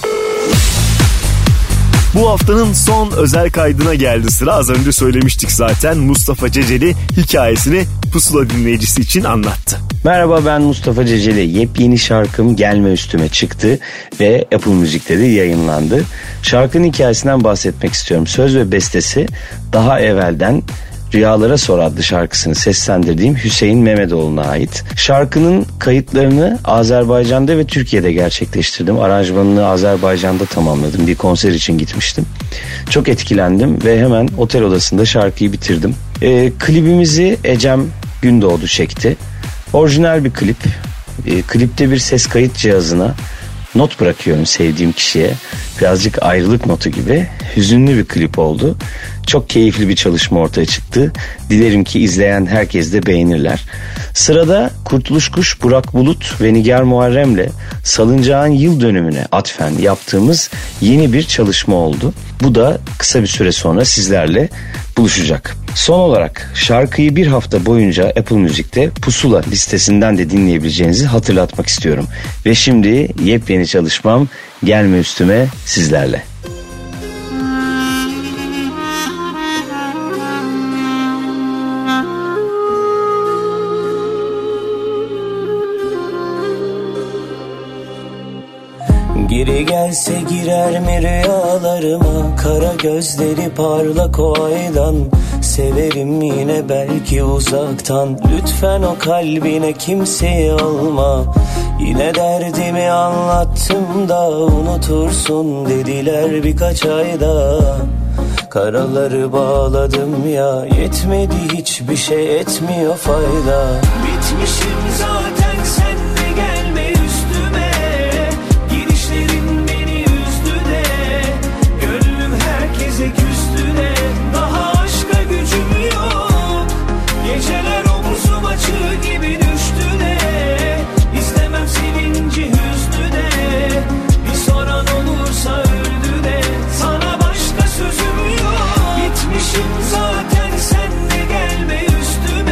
Bu haftanın son özel kaydına geldi sıra. Az önce söylemiştik zaten. Mustafa Ceceli hikayesini Pusula dinleyicisi için anlattı. Merhaba, ben Mustafa Ceceli. Yepyeni şarkım Gelme Üstüme çıktı ve Apple Müzik'te de yayınlandı. Şarkının hikayesinden bahsetmek istiyorum. Söz ve bestesi daha evvelden Rüyalara Sor adlı şarkısını seslendirdiğim Hüseyin Mehmetoğlu'na ait. Şarkının kayıtlarını Azerbaycan'da ve Türkiye'de gerçekleştirdim. Aranjmanını Azerbaycan'da tamamladım. Bir konser için gitmiştim. Çok etkilendim ve hemen otel odasında şarkıyı bitirdim. Klibimizi Ecem Gündoğdu çekti. Orijinal bir klip. Klipte bir ses kayıt cihazına not bırakıyorum sevdiğim kişiye. Birazcık ayrılık notu gibi. Hüzünlü bir klip oldu. Çok keyifli bir çalışma ortaya çıktı. Dilerim ki izleyen herkes de beğenirler. Sırada Kurtuluş Kuş, Burak Bulut ve Nigar Muharrem'le Salıncağın yıl dönümüne atfen yaptığımız yeni bir çalışma oldu. Bu da kısa bir süre sonra sizlerle buluşacak. Son olarak şarkıyı bir hafta boyunca Apple Müzik'te Pusula listesinden de dinleyebileceğinizi hatırlatmak istiyorum. Ve şimdi yepyeni çalışmam Gelme Üstüme sizlerle. Geri gelse girer mi rüyalarıma, kara gözleri parlak o aydan. Severim yine belki uzaktan, lütfen o kalbine kimseyi alma. Yine derdimi anlattım da unutursun dediler birkaç ayda. Karaları bağladım ya, yetmedi hiçbir şey, etmiyor fayda. Bitmişim zaten, sen de gelme üstüme. Gidişlerin beni üzdü de, gönlüm herkese küstü de. Daha aşka gücüm yok, geceler omzum açığı gibi düştü de. İstemem sevinci hüznü de, bir soran olursa öldü de. Sana başka sözüm yok. Bitmişim zaten, sen de gelme üstüme.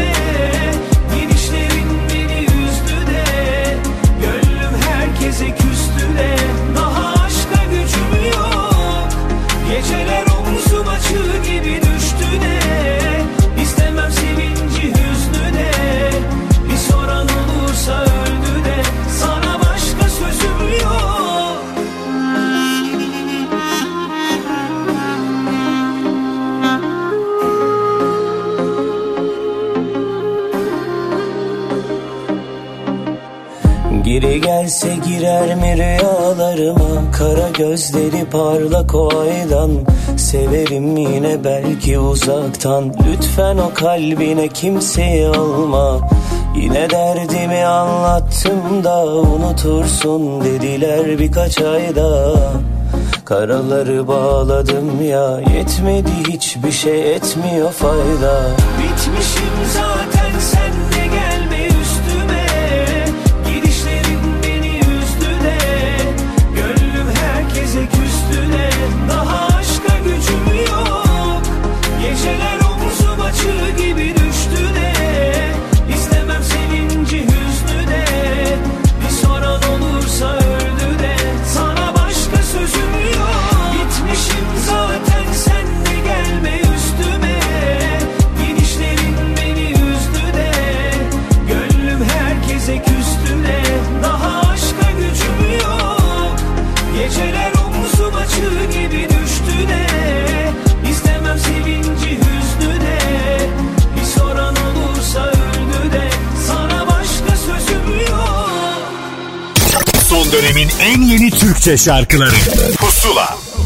Biri gelse girer mi rüyalarıma? Kara gözleri parlak o aydan. Severim yine belki uzaktan. Lütfen o kalbine kimseyi alma. Yine derdimi anlattım da unutursun dediler birkaç ayda. Karaları bağladım ya, yetmedi hiçbir şey etmiyor fayda. Bitmişim zaten, sen de gelme üstüme. Gidişlerin beni üzdü de, gönlüm herkese küstü de. Daha aşka gücüm yok, geceler omzuma çığ gibi düştü de. İstemem sevinci hüznü de, bir soran olursa öldü de. Sana başka sözüm yok, bitmişim zaten, sen de gelme üstüme. Gidişlerin beni üzdü de, gönlüm herkese küstü de. Daha aşka gücüm yok, geceler omzuma çığ gibi düştü de. İstemem sevinci hüznü de, bir soran olursa öldü de. Sana başka sözüm yok. Son dönemin en yeni Türkçe şarkıları Pusula.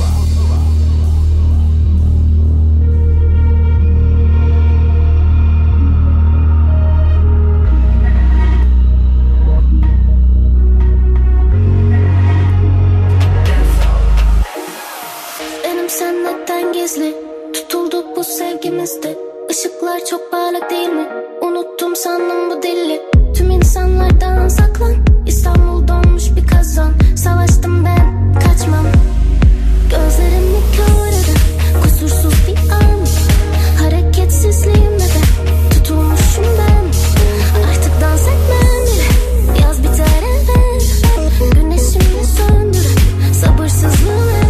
Benim senden gizli tutulduk bu sevgimizde. Işıklar çok parlak değil mi? Unuttum sandım bu deli. Tüm insanlardan saklan. İstanbul donmuş bir kazan. Savaştım ben, kaçmam. Gözlerimi körüdü, kusursuz bir an. Hareketsizliğimle de tutulmuşum ben. Artık dans etmem bile, yaz biter evvel. Güneşimi söndür, sabırsızlığı.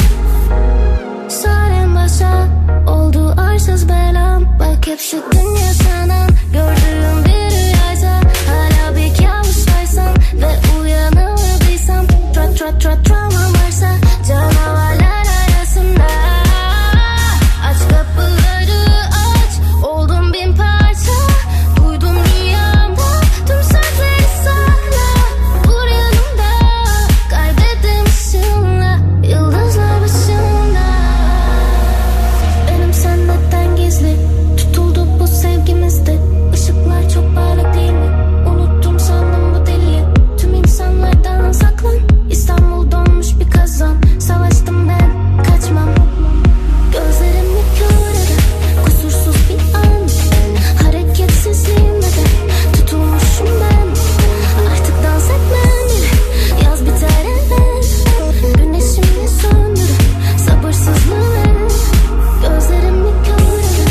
Sarem başa oldu arsız belam. Bak hep şu dünya sanan, gördüğüm bir rüyaysa. Hala bir kabustaysan ve uyanırdıysam. Travmam varsa canavarlar arasında. Aç kapıları aç, oldum bin parça. Duydum rüyamda, tüm sözleri sakla. Vur yanımda, kaybettim ışığınla. Yıldızlar başında. Benim senden gizli tutulduk bu sevgimizde. Işıklar çok parlak değil mi? Unuttum sandım bu deliye. Tüm insanlardan saklan. İstanbul donmuş bir kazan. Savaştım ben, kaçmam. Gözlerimi körüdü, kusursuz bir an. Hareketsizliğimle de tutulmuşum ben. Artık dans etmem bile, yaz biter evvel. Güneşimi söndür, sabırsızlığı. Gözlerimi körüdü,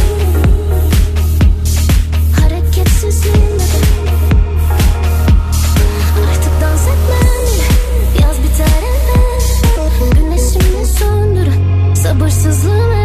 hareketsizliğimle de. Artık dans etmem bile, yaz biter evvel. Güneşimi söndür, sabırsızlığı.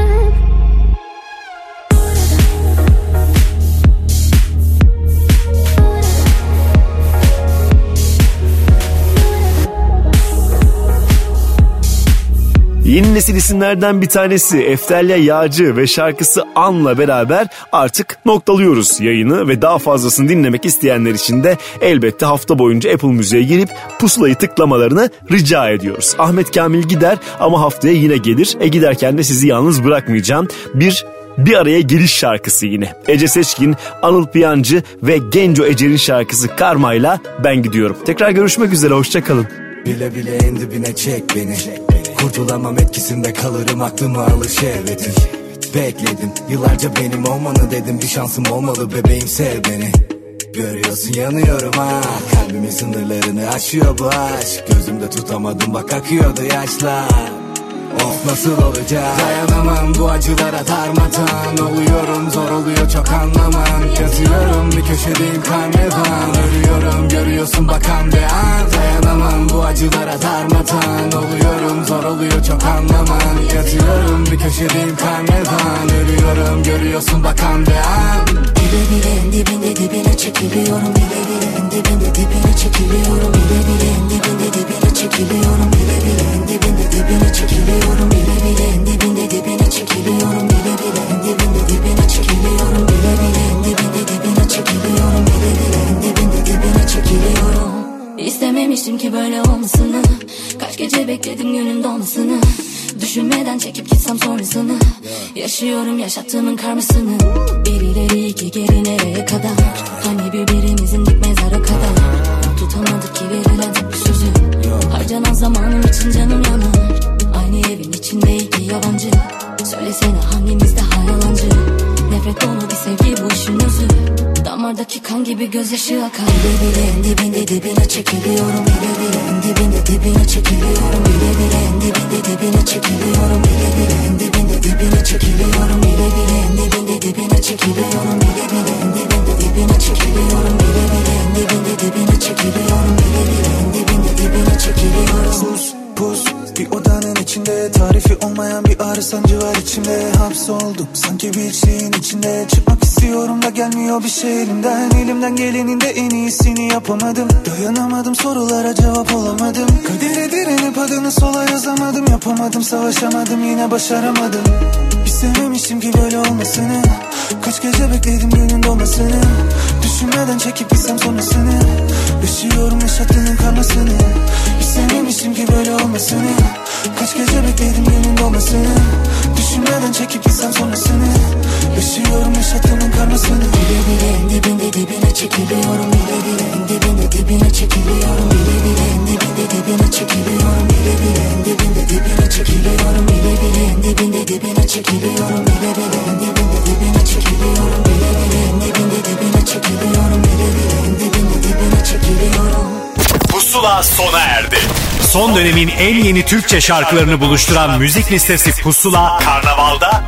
Yeni nesil isimlerden bir tanesi Eftelya Yağcı ve şarkısı An'la beraber artık noktalıyoruz yayını ve daha fazlasını dinlemek isteyenler için de elbette hafta boyunca Apple Müziğe girip Pusula'yı tıklamalarını rica ediyoruz. Ahmet Kamil gider ama haftaya yine gelir. Giderken de sizi yalnız bırakmayacağım. Bir araya geliş şarkısı yine. Ece Seçkin, Anıl Piyancı ve Genco Ecer'in şarkısı Karma'yla ben gidiyorum. Tekrar görüşmek üzere, hoşçakalın. Bile bile en dibine çek beni. Kurtulamam etkisinde kalırım, aklıma alır şehvetin. Bekledim yıllarca benim olmanı, dedim bir şansım olmalı bebeğim, sev beni. Görüyorsun yanıyorum ha, kalbimin sınırlarını aşıyor bu aşk. Gözümde tutamadım bak akıyordu yaşlar. Of nasıl olacak, dayanamam bu acılara darmadan. Oluyorum zor oluyor çok anlamam. Yatıyorum bir köşedeyim karnevan. Ölüyorum görüyorsun bakan bir an. Dayanamam bu acılara darmadan. Oluyorum zor oluyor çok anlamam. Yatıyorum bir köşedeyim karnevan. Ölüyorum görüyorsun bakan bir an. Bile bile en dibine çekiliyorum. Bile bile en dibine çekiliyorum. Bile bile en dibine çekiliyorum. Bile bile en dibine çekiliyorum. Bile bile en dibine çekiliyorum. Bile bile en dibine çekiliyorum. Bile bile en dibine çekiliyorum. Bile bile en dibine çekiliyorum. İstemiyorum İstememiştim ki böyle olmasını. Kaç gece bekledim günün dolmasını. Düşünmeden çekip gitsem sonrasını. Yaşıyorum yaşattığımın karmasını. Bir ileri iki geri nereye kadar? Hani birbirimizin dik mezara kadar. Tutamadık ki verilen tek bir sözü. Harcanan zamanım için canım yanar. Aynı evin içinde iki yabancı. Söylesene hangimizde hayalancı. Nefret dolu bir sevgi bu işin özü. Damardaki kan gibi gözyaşı akar. Bile bile en dibinde dibine çekiliyorum. Bile bile en dibinde dibine çekiliyorum. Bile bile en dibinde dibine çekiliyorum. Bile bile en dibinde dibine çekiliyorum. Bile bile en dibinde dibine çekiliyorum. Bile bile en dibinde dibine çekiliyorum. Bile bile en dibinde dibine çekiliyorum. Bile bile en dibinde dibine çekiliyorum. Pus pus bir odanın içinde, tarifi olmayan bir ağrı sancı var içimde. Hapsoldum sanki bir şeyin içinde. Çıkmak istiyorum da gelmiyor bir şey elimden. Elimden gelenin de en iyisini yapamadım. Dayanamadım sorulara cevap olamadım. Kadere direnip adını sola yazamadım. Yapamadım savaşamadım yine başaramadım. İstememiştim ki böyle olmasını. Kaç gece bekledim günün dolmasını. Düşünmeden çekip gitsem sonrasını. Yaşıyorum yaşattığının karmasını. İstememiştim ki böyle olmasını. Kaç gece bekledim günün dolmasını. Düşünmeden çekip gitsem sonrasını. Yaşıyorum yaşattığının karmasını. Bile bile en dibinde dibine çekiliyorum. Bile bile en dibinde dibine çekiliyorum. Bile bile en dibinde dibine çekiliyorum. Bile bile en dibinde dibine çekiliyorum. Bile bile en dibinde dibine çekiliyorum. Bile bile en dibinde dibine çekiliyorum. Bile bile en dibinde dibine çekiliyorum. Bile bile en dibinde dibine çekiliyorum. Pusula sona erdi. Son dönemin en yeni Türkçe şarkılarını buluşturan müzik listesi Pusula, Karnaval'da